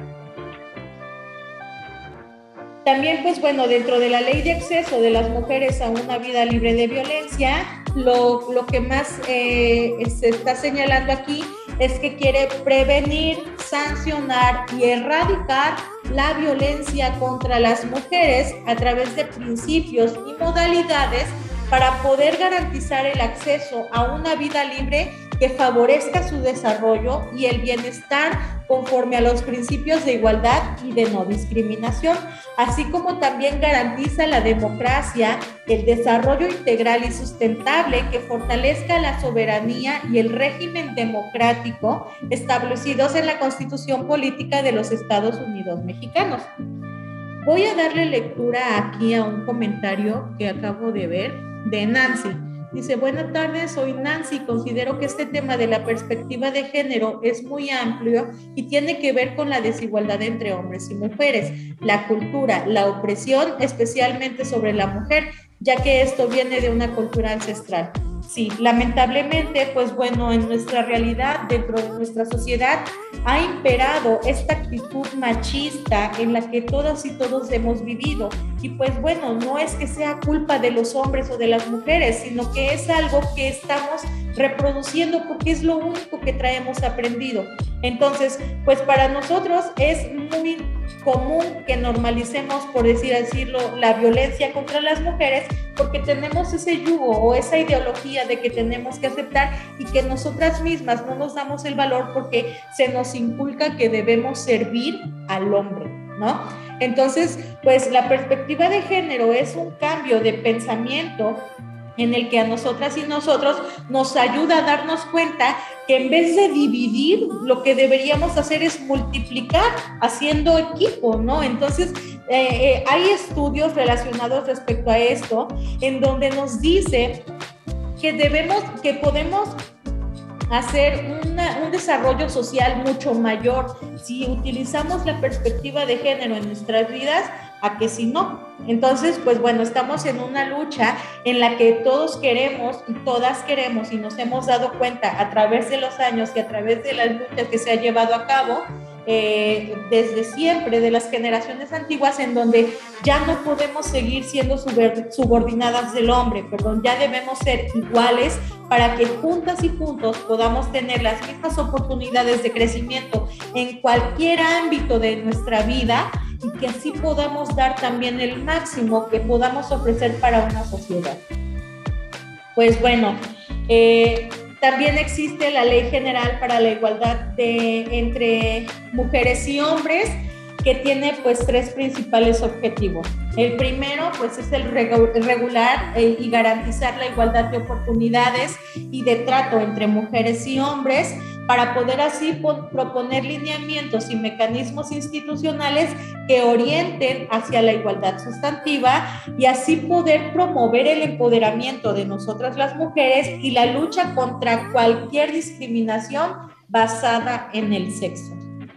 También, pues bueno, dentro de la Ley de Acceso de las Mujeres a una Vida Libre de Violencia, lo que más se está señalando aquí es que quiere prevenir, sancionar y erradicar la violencia contra las mujeres a través de principios y modalidades para poder garantizar el acceso a una vida libre que favorezca su desarrollo y el bienestar conforme a los principios de igualdad y de no discriminación, así como también garantiza la democracia, el desarrollo integral y sustentable que fortalezca la soberanía y el régimen democrático establecidos en la Constitución Política de los Estados Unidos Mexicanos. Voy a darle lectura aquí a un comentario que acabo de ver de Nancy. Dice, buenas tardes, soy Nancy, considero que este tema de la perspectiva de género es muy amplio y tiene que ver con la desigualdad entre hombres y mujeres, la cultura, la opresión, especialmente sobre la mujer, ya que esto viene de una cultura ancestral. Sí, lamentablemente, pues bueno, en nuestra realidad, dentro de nuestra sociedad, ha imperado esta actitud machista en la que todas y todos hemos vivido. Y pues bueno, no es que sea culpa de los hombres o de las mujeres, sino que es algo que estamos reproduciendo porque es lo único que traemos aprendido. Entonces, pues para nosotros es muy común que normalicemos, por decirlo, la violencia contra las mujeres, porque tenemos ese yugo o esa ideología de que tenemos que aceptar y que nosotras mismas no nos damos el valor porque se nos inculca que debemos servir al hombre, ¿no? Entonces, pues la perspectiva de género es un cambio de pensamiento en el que a nosotras y nosotros nos ayuda a darnos cuenta que en vez de dividir, lo que deberíamos hacer es multiplicar haciendo equipo, ¿no? Entonces, hay estudios relacionados respecto a esto, en donde nos dice que podemos hacer un desarrollo social mucho mayor si utilizamos la perspectiva de género en nuestras vidas a que si no. Entonces, pues bueno, estamos en una lucha en la que todos queremos y todas queremos y nos hemos dado cuenta a través de los años y a través de las luchas que se ha llevado a cabo desde siempre, de las generaciones antiguas, en donde ya no podemos seguir siendo subordinadas del hombre, ya debemos ser iguales para que juntas y juntos podamos tener las mismas oportunidades de crecimiento en cualquier ámbito de nuestra vida y que así podamos dar también el máximo que podamos ofrecer para una sociedad. Pues bueno, también existe la Ley General para la Igualdad entre Mujeres y Hombres. que tiene pues 3 principales objetivos. El primero pues es el regular y garantizar la igualdad de oportunidades y de trato entre mujeres y hombres, para poder así proponer lineamientos y mecanismos institucionales que orienten hacia la igualdad sustantiva y así poder promover el empoderamiento de nosotras las mujeres y la lucha contra cualquier discriminación basada en el sexo.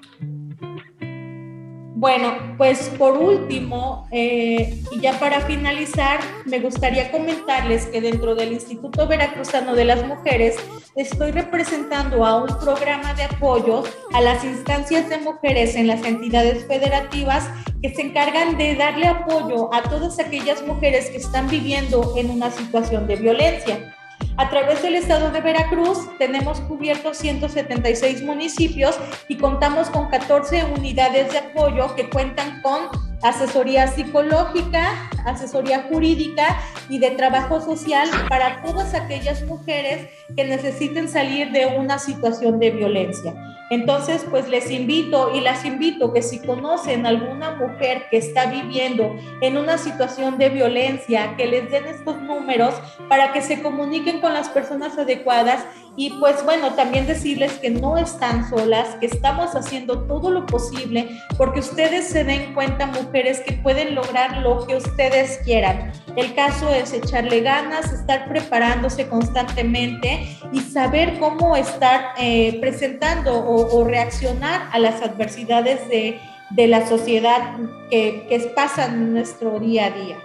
Bueno, pues por último, y ya para finalizar, me gustaría comentarles que dentro del Instituto Veracruzano de las Mujeres estoy representando a un programa de apoyo a las instancias de mujeres en las entidades federativas que se encargan de darle apoyo a todas aquellas mujeres que están viviendo en una situación de violencia. A través del estado de Veracruz tenemos cubiertos 176 municipios y contamos con 14 unidades de apoyo que cuentan con asesoría psicológica, asesoría jurídica y de trabajo social para todas aquellas mujeres que necesiten salir de una situación de violencia. Entonces, pues les invito y las invito que si conocen alguna mujer que está viviendo en una situación de violencia, que les den estos números para que se comuniquen con las personas adecuadas y pues bueno, también decirles que no están solas, que estamos haciendo todo lo posible porque ustedes se den cuenta, mujeres, que pueden lograr lo que ustedes quieran. El caso es echarle ganas, estar preparándose constantemente y saber cómo estar presentando o reaccionar a las adversidades de la sociedad que pasan en nuestro día a día.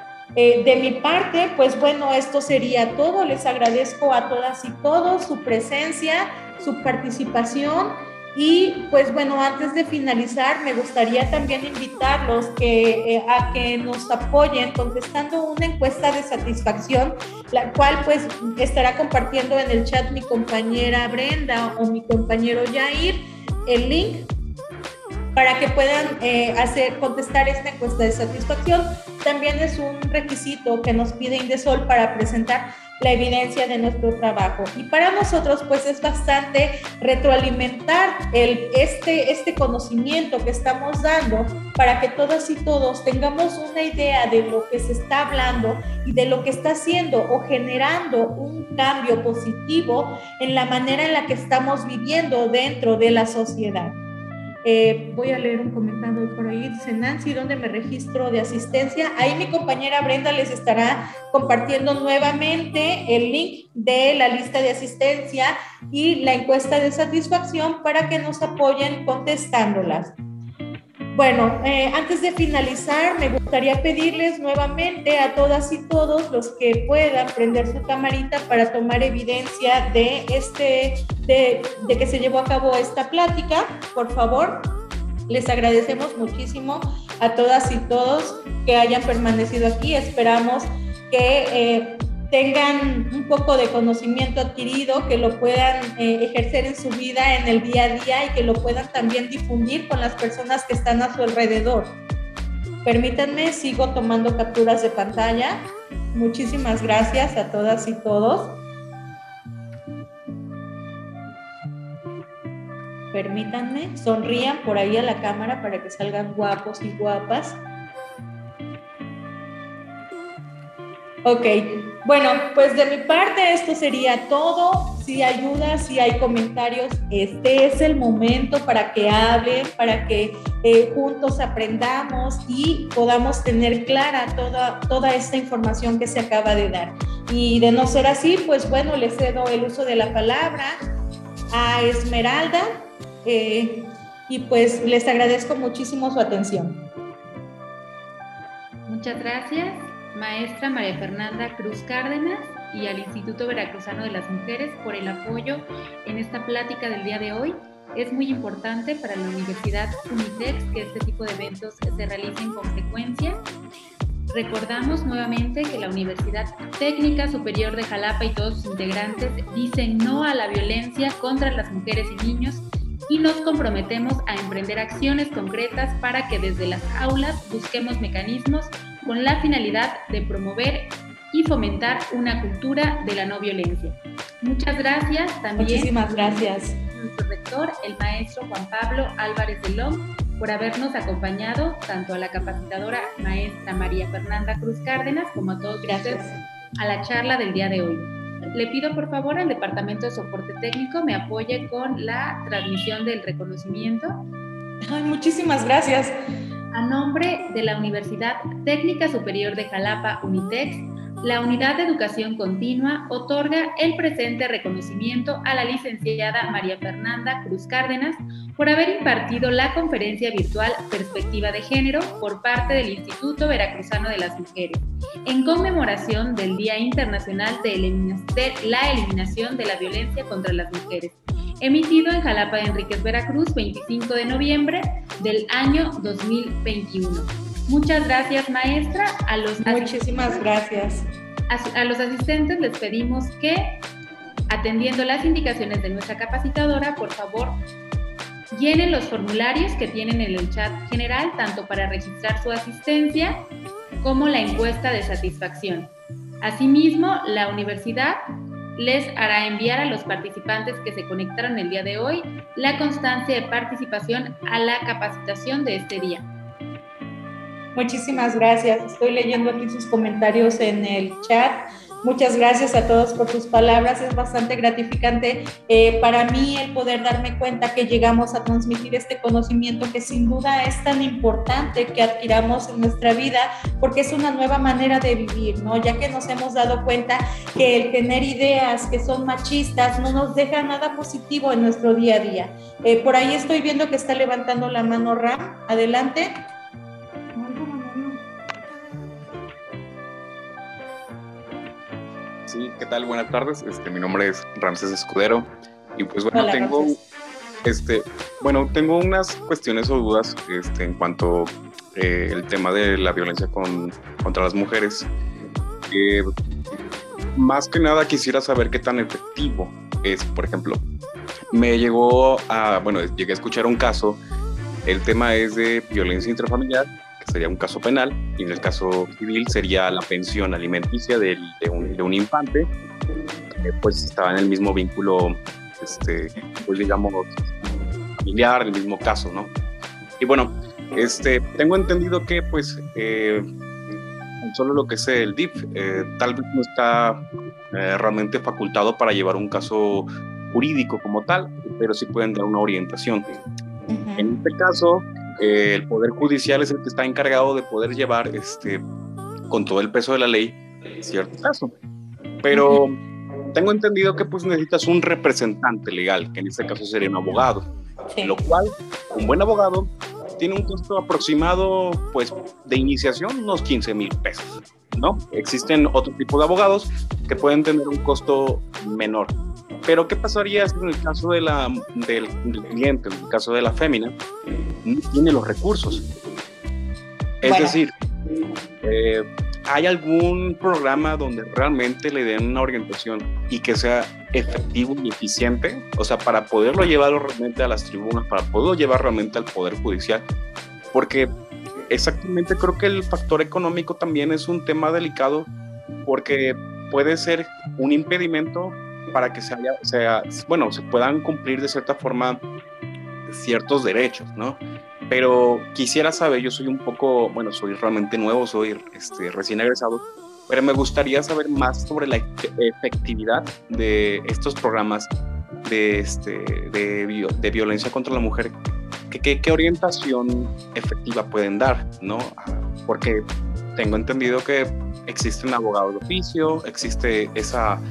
De mi parte, pues bueno, esto sería todo. Les agradezco a todas y todos su presencia, su participación y pues bueno, antes de finalizar me gustaría también invitarlos a que nos apoyen contestando una encuesta de satisfacción, la cual pues estará compartiendo en el chat mi compañera Brenda o mi compañero Jair el link para que puedan contestar esta encuesta de satisfacción. También es un requisito que nos pide Indesol para presentar la evidencia de nuestro trabajo. Y para nosotros, pues es bastante retroalimentar este conocimiento que estamos dando para que todas y todos tengamos una idea de lo que se está hablando y de lo que está haciendo o generando un cambio positivo en la manera en la que estamos viviendo dentro de la sociedad. Voy a leer un comentario por ahí. Dice Nancy, ¿dónde me registro de asistencia? Ahí mi compañera Brenda les estará compartiendo nuevamente el link de la lista de asistencia y la encuesta de satisfacción para que nos apoyen contestándolas. Bueno, antes de finalizar, me gustaría pedirles nuevamente a todas y todos los que puedan prender su camarita para tomar evidencia de que se llevó a cabo esta plática. Por favor, les agradecemos muchísimo a todas y todos que hayan permanecido aquí. Esperamos que tengan un poco de conocimiento adquirido, que lo puedan ejercer en su vida, en el día a día y que lo puedan también difundir con las personas que están a su alrededor. Permítanme, sigo tomando capturas de pantalla. Muchísimas gracias a todas y todos. Permítanme, sonrían por ahí a la cámara para que salgan guapos y guapas. Ok, bueno, pues de mi parte esto sería todo. Si hay dudas, si hay comentarios, este es el momento para que hablen, para que juntos aprendamos y podamos tener clara toda esta información que se acaba de dar. Y de no ser así, pues bueno, le cedo el uso de la palabra a Esmeralda y pues les agradezco muchísimo su atención. Muchas gracias, maestra María Fernanda Cruz Cárdenas, y al Instituto Veracruzano de las Mujeres por el apoyo en esta plática del día de hoy. Es muy importante para la Universidad Unitex que este tipo de eventos se realicen con frecuencia. Recordamos nuevamente que la Universidad Técnica Superior de Jalapa y todos sus integrantes dicen no a la violencia contra las mujeres y niños y nos comprometemos a emprender acciones concretas para que desde las aulas busquemos mecanismos con la finalidad de promover y fomentar una cultura de la no violencia. Muchas gracias también. Muchísimas gracias. Nuestro rector, el maestro Juan Pablo Álvarez de Long, por habernos acompañado, tanto a la capacitadora maestra María Fernanda Cruz Cárdenas como a todos ustedes a la charla del día de hoy. Le pido por favor al Departamento de Soporte Técnico me apoye con la transmisión del reconocimiento. Ay, muchísimas gracias. A nombre de la Universidad Técnica Superior de Jalapa, Unitex, la Unidad de Educación Continua otorga el presente reconocimiento a la licenciada María Fernanda Cruz Cárdenas por haber impartido la conferencia virtual Perspectiva de Género por parte del Instituto Veracruzano de las Mujeres, en conmemoración del Día Internacional de la Eliminación de la Violencia contra las Mujeres, emitido en Jalapa de Enríquez, Veracruz, 25 de noviembre del año 2021. Muchas gracias, maestra. Muchísimas gracias. A los asistentes les pedimos que, atendiendo las indicaciones de nuestra capacitadora, por favor, llenen los formularios que tienen en el chat general, tanto para registrar su asistencia como la encuesta de satisfacción. Asimismo, la universidad les hará enviar a los participantes que se conectaron el día de hoy la constancia de participación a la capacitación de este día. Muchísimas gracias. Estoy leyendo aquí sus comentarios en el chat. Muchas gracias a todos por sus palabras. Es bastante gratificante para mí el poder darme cuenta que llegamos a transmitir este conocimiento que sin duda es tan importante que adquiramos en nuestra vida, porque es una nueva manera de vivir, ¿no? Ya que nos hemos dado cuenta que el tener ideas que son machistas no nos deja nada positivo en nuestro día a día. Por ahí estoy viendo que está levantando la mano Ram. Adelante. Sí, ¿qué tal? Buenas tardes. Mi nombre es Ramses Escudero y pues bueno, Hola, tengo unas cuestiones o dudas en cuanto el tema de la violencia contra las mujeres. Más que nada quisiera saber qué tan efectivo es. Por ejemplo, llegué a escuchar un caso. El tema es de violencia intrafamiliar, que sería un caso penal, y en el caso civil sería la pensión alimenticia de un infante, pues estaba en el mismo vínculo, pues digamos, familiar, el mismo caso, ¿no? Y bueno, tengo entendido que pues solo lo que es el DIF, tal vez no está realmente facultado para llevar un caso jurídico como tal, pero sí pueden dar una orientación. En este caso, el Poder Judicial es el que está encargado de poder llevar con todo el peso de la ley cierto caso. Pero tengo entendido que pues necesitas un representante legal, que en este caso sería un abogado. Sí. Lo cual, un buen abogado tiene un costo aproximado pues de iniciación unos 15,000 pesos, ¿no? Existen otro tipo de abogados que pueden tener un costo menor. Pero ¿qué pasaría si en el caso del cliente, en el caso de la fémina, no tiene los recursos? Es decir, ¿hay algún programa donde realmente le den una orientación y que sea efectivo y eficiente? O sea, para poderlo llevar realmente a las tribunas, para poderlo llevar realmente al Poder Judicial. Porque exactamente creo que el factor económico también es un tema delicado, porque puede ser un impedimento para que se puedan cumplir de cierta forma ciertos derechos, ¿no? Pero quisiera saber, yo soy soy realmente nuevo, soy recién egresado, pero me gustaría saber más sobre la efectividad de estos programas de violencia contra la mujer. ¿Qué orientación efectiva pueden dar, ¿no? Porque tengo entendido que existen abogados de oficio, existe esa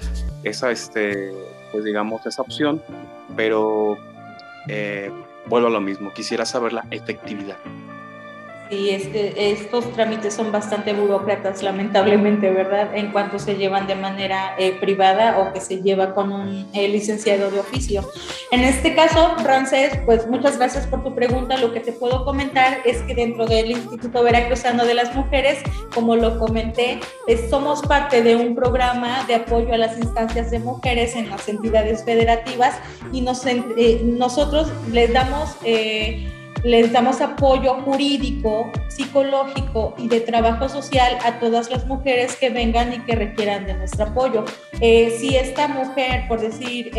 opción, pero vuelvo a lo mismo, quisiera saber la efectividad. Sí, estos trámites son bastante burócratas, lamentablemente, ¿verdad? En cuanto se llevan de manera privada o que se lleva con un licenciado de oficio. En este caso, Ramses, pues muchas gracias por tu pregunta. Lo que te puedo comentar es que dentro del Instituto Veracruzano de las Mujeres, como lo comenté, somos parte de un programa de apoyo a las instancias de mujeres en las entidades federativas y nosotros les damos les damos apoyo jurídico, psicológico y de trabajo social a todas las mujeres que vengan y que requieran de nuestro apoyo. Si esta mujer, por decir,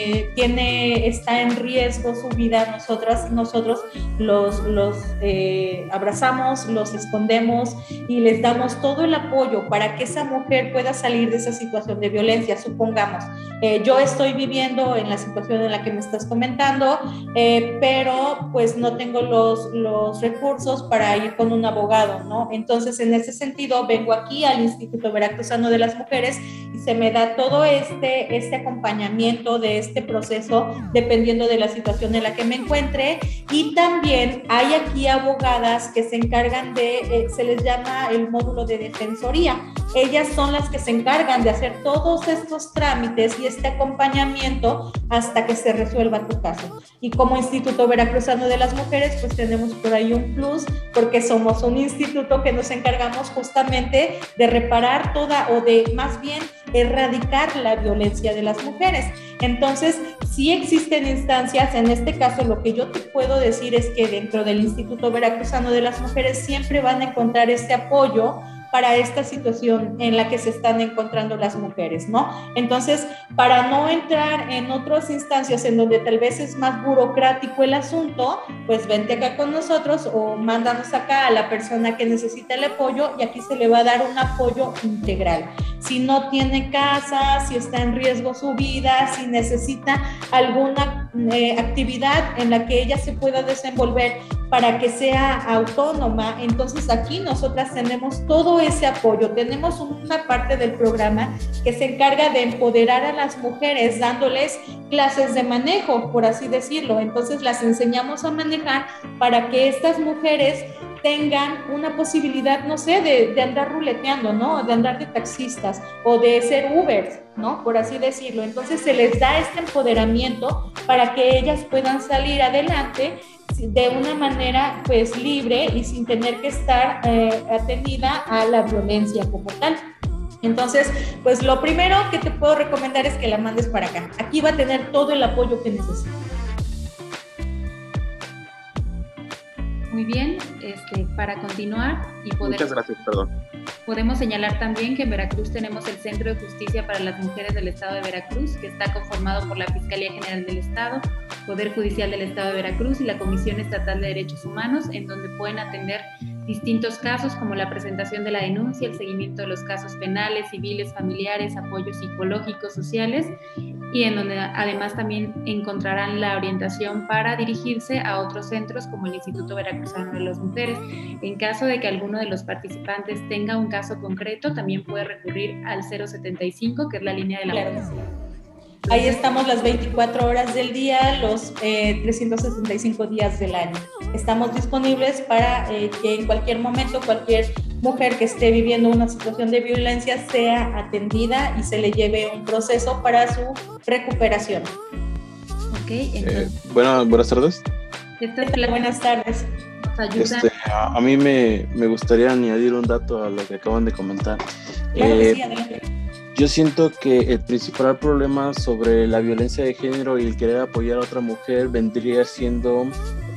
está en riesgo su vida, nosotros los abrazamos, los escondemos y les damos todo el apoyo para que esa mujer pueda salir de esa situación de violencia. Supongamos, yo estoy viviendo en la situación en la que me estás comentando, pero pues no tengo los recursos para ir con un abogado, ¿no? Entonces, en ese sentido, vengo aquí al Instituto Veracruzano de las Mujeres y se me da todo este acompañamiento de este proceso, dependiendo de la situación en la que me encuentre. Y también hay aquí abogadas que se encargan se les llama el módulo de defensoría. Ellas son las que se encargan de hacer todos estos trámites y este acompañamiento hasta que se resuelva tu caso. Y como Instituto Veracruzano de las Mujeres, pues tenemos por ahí un plus, porque somos un instituto que nos encargamos justamente de reparar más bien erradicar la violencia de las mujeres. Entonces, sí existen instancias. En este caso, lo que yo te puedo decir es que dentro del Instituto Veracruzano de las Mujeres siempre van a encontrar este apoyo para esta situación en la que se están encontrando las mujeres, ¿no? Entonces, para no entrar en otras instancias en donde tal vez es más burocrático el asunto, pues vente acá con nosotros o mándanos acá a la persona que necesita el apoyo y aquí se le va a dar un apoyo integral. Si no tiene casa, si está en riesgo su vida, si necesita alguna actividad en la que ella se pueda desenvolver para que sea autónoma, entonces aquí nosotras tenemos todo ese apoyo. Tenemos una parte del programa que se encarga de empoderar a las mujeres dándoles clases de manejo, por así decirlo. Entonces las enseñamos a manejar para que estas mujeres tengan una posibilidad, no sé, de andar ruleteando, ¿no? De andar de taxistas o de ser Ubers, ¿no? Por así decirlo. Entonces se les da este empoderamiento para que ellas puedan salir adelante de una manera pues libre y sin tener que estar atenida a la violencia como tal. Entonces, pues lo primero que te puedo recomendar es que la mandes para acá. Aquí va a tener todo el apoyo que necesita. Muy bien, para continuar y poder... Muchas gracias, perdón. Podemos señalar también que en Veracruz tenemos el Centro de Justicia para las Mujeres del Estado de Veracruz, que está conformado por la Fiscalía General del Estado, Poder Judicial del Estado de Veracruz y la Comisión Estatal de Derechos Humanos, en donde pueden atender distintos casos como la presentación de la denuncia, el seguimiento de los casos penales, civiles, familiares, apoyos psicológicos, sociales, y en donde además también encontrarán la orientación para dirigirse a otros centros como el Instituto Veracruzano de las Mujeres. En caso de que alguno de los participantes tenga un caso concreto, también puede recurrir al 075, que es la línea de la mujer. Ahí estamos las 24 horas del día, los 365 días del año. Estamos disponibles para que en cualquier momento cualquier mujer que esté viviendo una situación de violencia sea atendida y se le lleve un proceso para su recuperación. Ok, entonces... Buenas tardes. Buenas tardes. A mí me gustaría añadir un dato a lo que acaban de comentar. Claro que sí, adelante. Yo siento que el principal problema sobre la violencia de género y el querer apoyar a otra mujer vendría siendo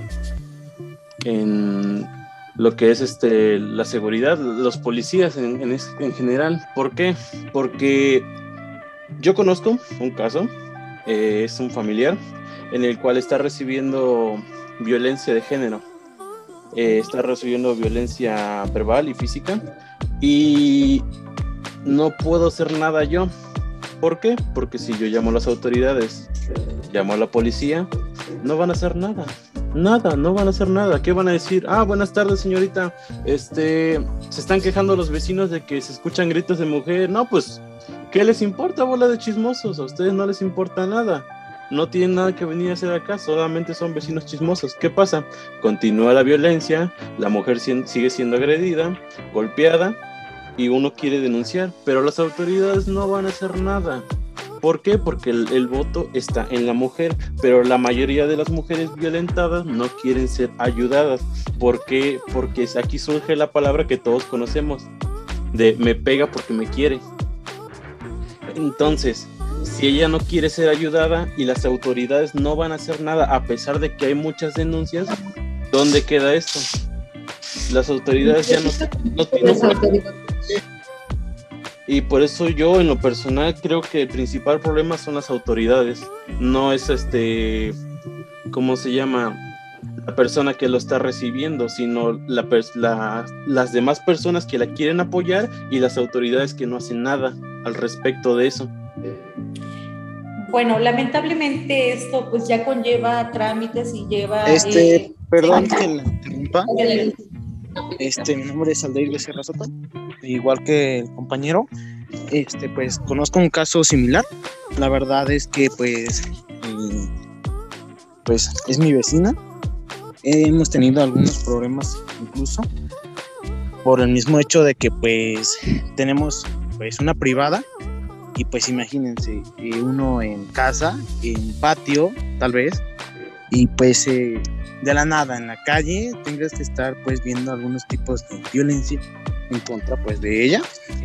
en lo que es la seguridad, los policías en general. ¿Por qué? Porque yo conozco un caso, es un familiar en el cual está recibiendo violencia de género, está recibiendo violencia verbal y física y no puedo hacer nada yo. ¿Por qué? Porque si yo llamo a las autoridades, llamo a la policía, no van a hacer nada. No van a hacer nada. ¿Qué van a decir? Buenas tardes, señorita. Se están quejando los vecinos de que se escuchan gritos de mujer. No, pues, ¿qué les importa, bola de chismosos? A ustedes no les importa nada. No tienen nada que venir a hacer acá, solamente son vecinos chismosos. ¿Qué pasa? Continúa la violencia, la mujer sigue siendo agredida, golpeada, y uno quiere denunciar, pero las autoridades no van a hacer nada. ¿Por qué? Porque el voto está en la mujer, pero la mayoría de las mujeres violentadas no quieren ser ayudadas. ¿Por qué? Porque aquí surge la palabra que todos conocemos, de me pega porque me quiere. Entonces, si ella no quiere ser ayudada y las autoridades no van a hacer nada, a pesar de que hay muchas denuncias, ¿dónde queda esto? Las autoridades ya no tienen. Y por eso yo, en lo personal, creo que el principal problema son las autoridades. No es ¿cómo se llama? La persona que lo está recibiendo, sino las demás personas que la quieren apoyar y las autoridades que no hacen nada al respecto de eso. Bueno, lamentablemente esto pues ya conlleva trámites y lleva... Perdón que la interrumpa. Mi nombre es Aldair Becerra Soto, igual que el compañero. Pues conozco un caso similar. La verdad es que pues es mi vecina. Hemos tenido algunos problemas incluso por el mismo hecho de que pues tenemos pues una privada y pues imagínense, uno en casa, en patio tal vez, y pues de la nada en la calle tengas que estar pues viendo algunos tipos de violencia en contra pues de ella.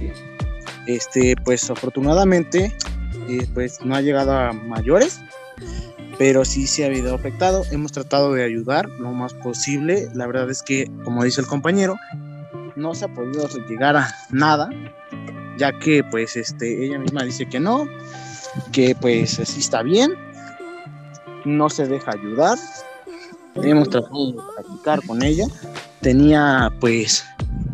Pues afortunadamente pues no ha llegado a mayores, pero sí se ha habido afectado. Hemos tratado de ayudar lo más posible. La verdad es que, como dice el compañero, no se ha podido llegar a nada, ya que pues ella misma dice que no, que pues así está bien, no se deja ayudar. Hemos tratado de platicar con ella. Tenía pues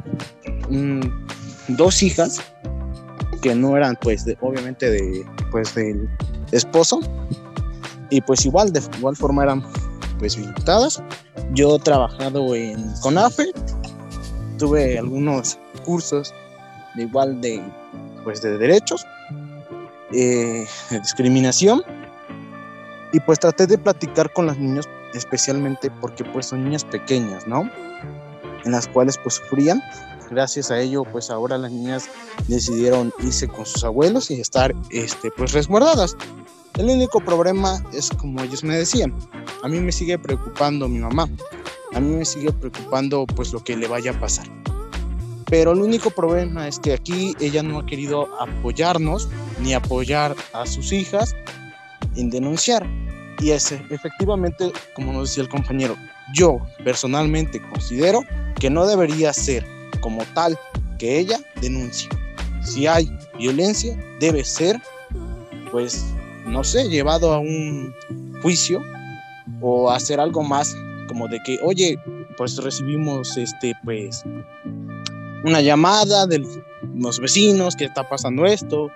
2 hijas que no eran pues obviamente del esposo, y pues de igual forma eran pues violentadas. Yo he trabajado en CONAFE, tuve algunos cursos de derechos, de discriminación, y pues traté de platicar con las niñas, especialmente porque pues son niñas pequeñas, ¿no? En las cuales pues sufrían. Gracias a ello pues ahora las niñas decidieron irse con sus abuelos y estar pues resguardadas. El único problema es, como ellos me decían, a mí me sigue preocupando mi mamá, a mí me sigue preocupando pues lo que le vaya a pasar. Pero el único problema es que aquí ella no ha querido apoyarnos ni apoyar a sus hijas en denunciar. Y efectivamente, como nos decía el compañero, yo personalmente considero que no debería ser como tal que ella denuncie. Si hay violencia, debe ser pues no sé, llevado a un juicio o hacer algo más como de que, oye, pues recibimos pues una llamada de los vecinos que está pasando esto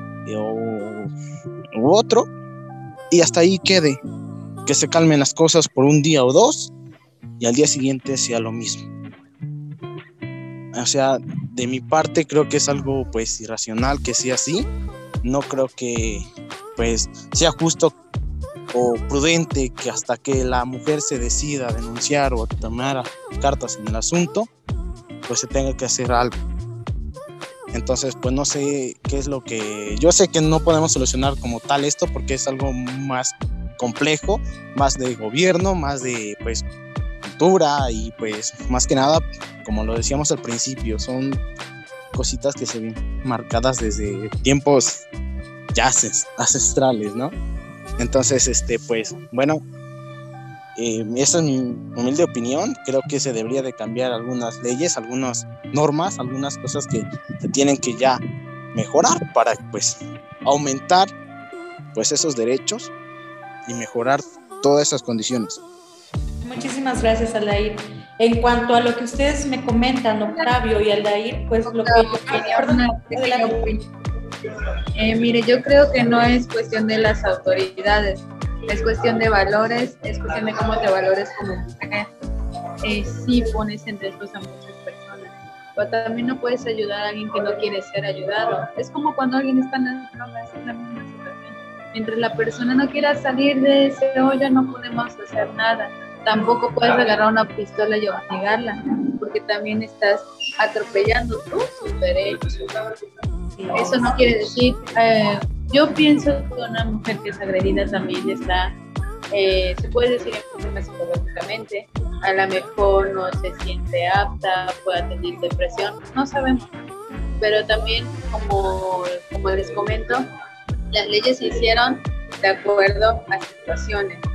u otro, y hasta ahí quede, que se calmen las cosas por un día o 2 y al día siguiente sea lo mismo. O sea, de mi parte creo que es algo pues irracional que sea así. No creo que pues sea justo o prudente que hasta que la mujer se decida a denunciar o a tomar cartas en el asunto, pues se tenga que hacer algo. Entonces, pues no sé qué es lo que... Yo sé que no podemos solucionar como tal esto porque es algo más complejo, más de gobierno, más de pues cultura y pues más que nada, como lo decíamos al principio, son cositas que se ven marcadas desde tiempos ya ancestrales, ¿no? Entonces, pues, bueno, esa es mi humilde opinión. Creo que se debería de cambiar algunas leyes, algunas normas, algunas cosas que se tienen que ya mejorar para, pues, aumentar, pues, esos derechos y mejorar todas esas condiciones. Muchísimas gracias, Aldair. En cuanto a lo que ustedes me comentan, Octavio y Aldair, pues lo que... Mire, yo creo que no es cuestión de las autoridades, es cuestión de valores, es cuestión de cómo te valores como mujer. Sí pones en riesgo a muchas personas, pero también no puedes ayudar a alguien que no quiere ser ayudado. Es como cuando alguien está en las drogas, es la misma situación. Mientras la persona no quiera salir de ese hoyo, no podemos hacer nada. Tampoco puedes agarrar una pistola y obligarla, porque también estás atropellando sus derechos. Eso no quiere decir, yo pienso que una mujer que es agredida también está, se puede decir enferma psicológicamente, a lo mejor no se siente apta, puede tener depresión, no sabemos, pero también como les comento, las leyes se hicieron de acuerdo a situaciones.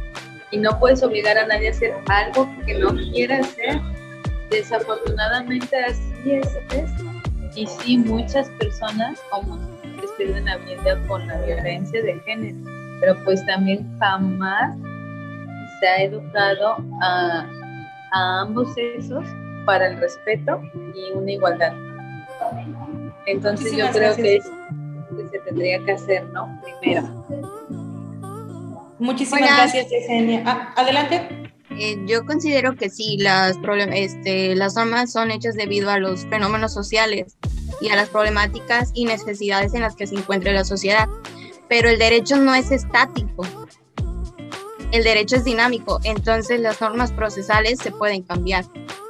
y no puedes obligar a nadie a hacer algo que no quiera hacer. Desafortunadamente así es. Y sí, muchas personas como mujeres pierden la vida con la violencia de género, pero pues también jamás se ha educado a ambos sexos para el respeto y una igualdad. Entonces yo creo que es lo que se tendría que hacer, ¿no? Primero. Muchísimas gracias, Yesenia. Adelante. Yo considero que sí, las normas son hechas debido a los fenómenos sociales y a las problemáticas y necesidades en las que se encuentra la sociedad, pero el derecho no es estático, el derecho es dinámico, entonces las normas procesales se pueden cambiar.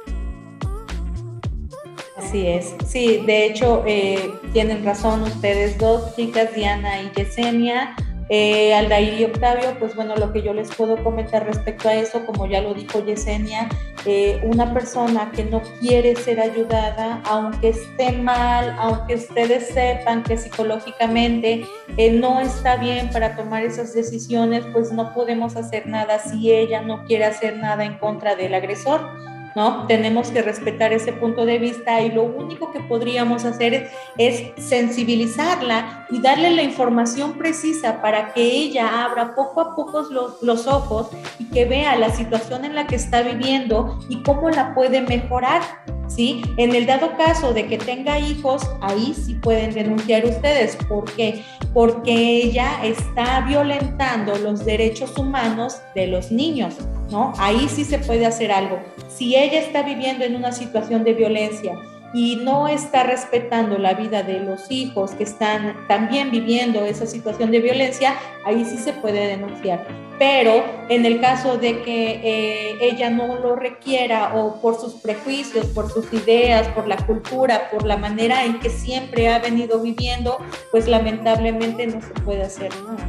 Así es, sí, de hecho tienen razón ustedes dos, chicas, Diana y Yesenia. Aldair y Octavio, pues bueno, lo que yo les puedo comentar respecto a eso, como ya lo dijo Yesenia, una persona que no quiere ser ayudada, aunque esté mal, aunque ustedes sepan que psicológicamente no está bien para tomar esas decisiones, pues no podemos hacer nada si ella no quiere hacer nada en contra del agresor, ¿no? Tenemos que respetar ese punto de vista y lo único que podríamos hacer es sensibilizarla y darle la información precisa para que ella abra poco a poco los ojos y que vea la situación en la que está viviendo y cómo la puede mejorar, ¿sí? En el dado caso de que tenga hijos, ahí sí pueden denunciar ustedes. ¿Por qué? Porque ella está violentando los derechos humanos de los niños, ¿no? Ahí sí se puede hacer algo. Si ella está viviendo en una situación de violencia y no está respetando la vida de los hijos que están también viviendo esa situación de violencia, ahí sí se puede denunciar. Pero en el caso de que ella no lo requiera o por sus prejuicios, por sus ideas, por la cultura, por la manera en que siempre ha venido viviendo, pues lamentablemente no se puede hacer nada.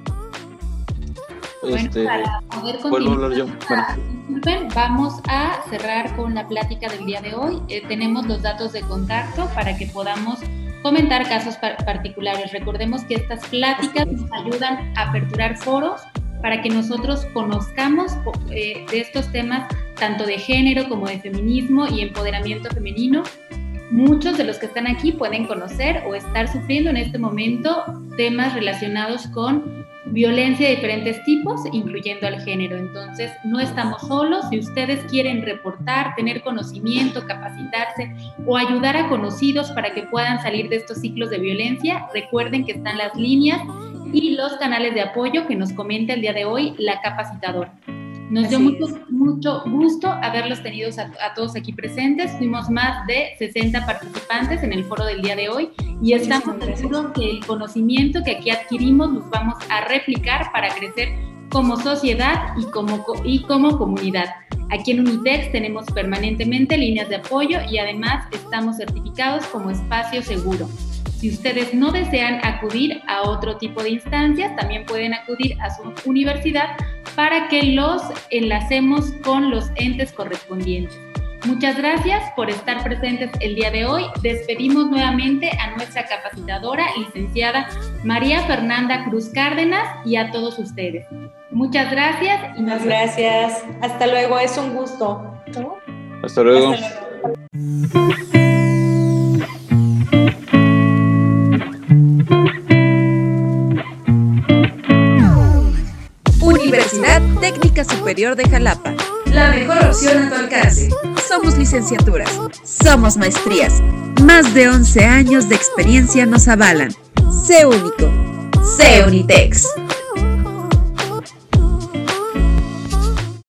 Bueno, para poder continuar, vamos a cerrar con la plática del día de hoy. Tenemos los datos de contacto para que podamos comentar casos particulares. Recordemos que estas pláticas nos ayudan a aperturar foros para que nosotros conozcamos de estos temas tanto de género como de feminismo y empoderamiento femenino. Muchos de los que están aquí pueden conocer o estar sufriendo en este momento temas relacionados con violencia de diferentes tipos, incluyendo al género. Entonces, no estamos solos. Si ustedes quieren reportar, tener conocimiento, capacitarse o ayudar a conocidos para que puedan salir de estos ciclos de violencia, recuerden que están las líneas y los canales de apoyo que nos comenta el día de hoy la capacitadora. Nos dio mucho gusto haberlos tenido a todos aquí presentes. Fuimos más de 60 participantes en el foro del día de hoy y estamos seguros que el conocimiento que aquí adquirimos los vamos a replicar para crecer como sociedad y como comunidad. Aquí en Unitex tenemos permanentemente líneas de apoyo y además estamos certificados como espacio seguro. Si ustedes no desean acudir a otro tipo de instancias, también pueden acudir a su universidad para que los enlacemos con los entes correspondientes. Muchas gracias por estar presentes el día de hoy. Despedimos nuevamente a nuestra capacitadora, licenciada María Fernanda Cruz Cárdenas, y a todos ustedes. Muchas gracias. Muchas gracias. Hasta luego, es un gusto. Hasta luego. Hasta luego. Universidad Técnica Superior de Jalapa. La mejor opción a tu alcance. Somos licenciaturas. Somos maestrías. Más de 11 años de experiencia nos avalan. Sé único. Sé Unitex.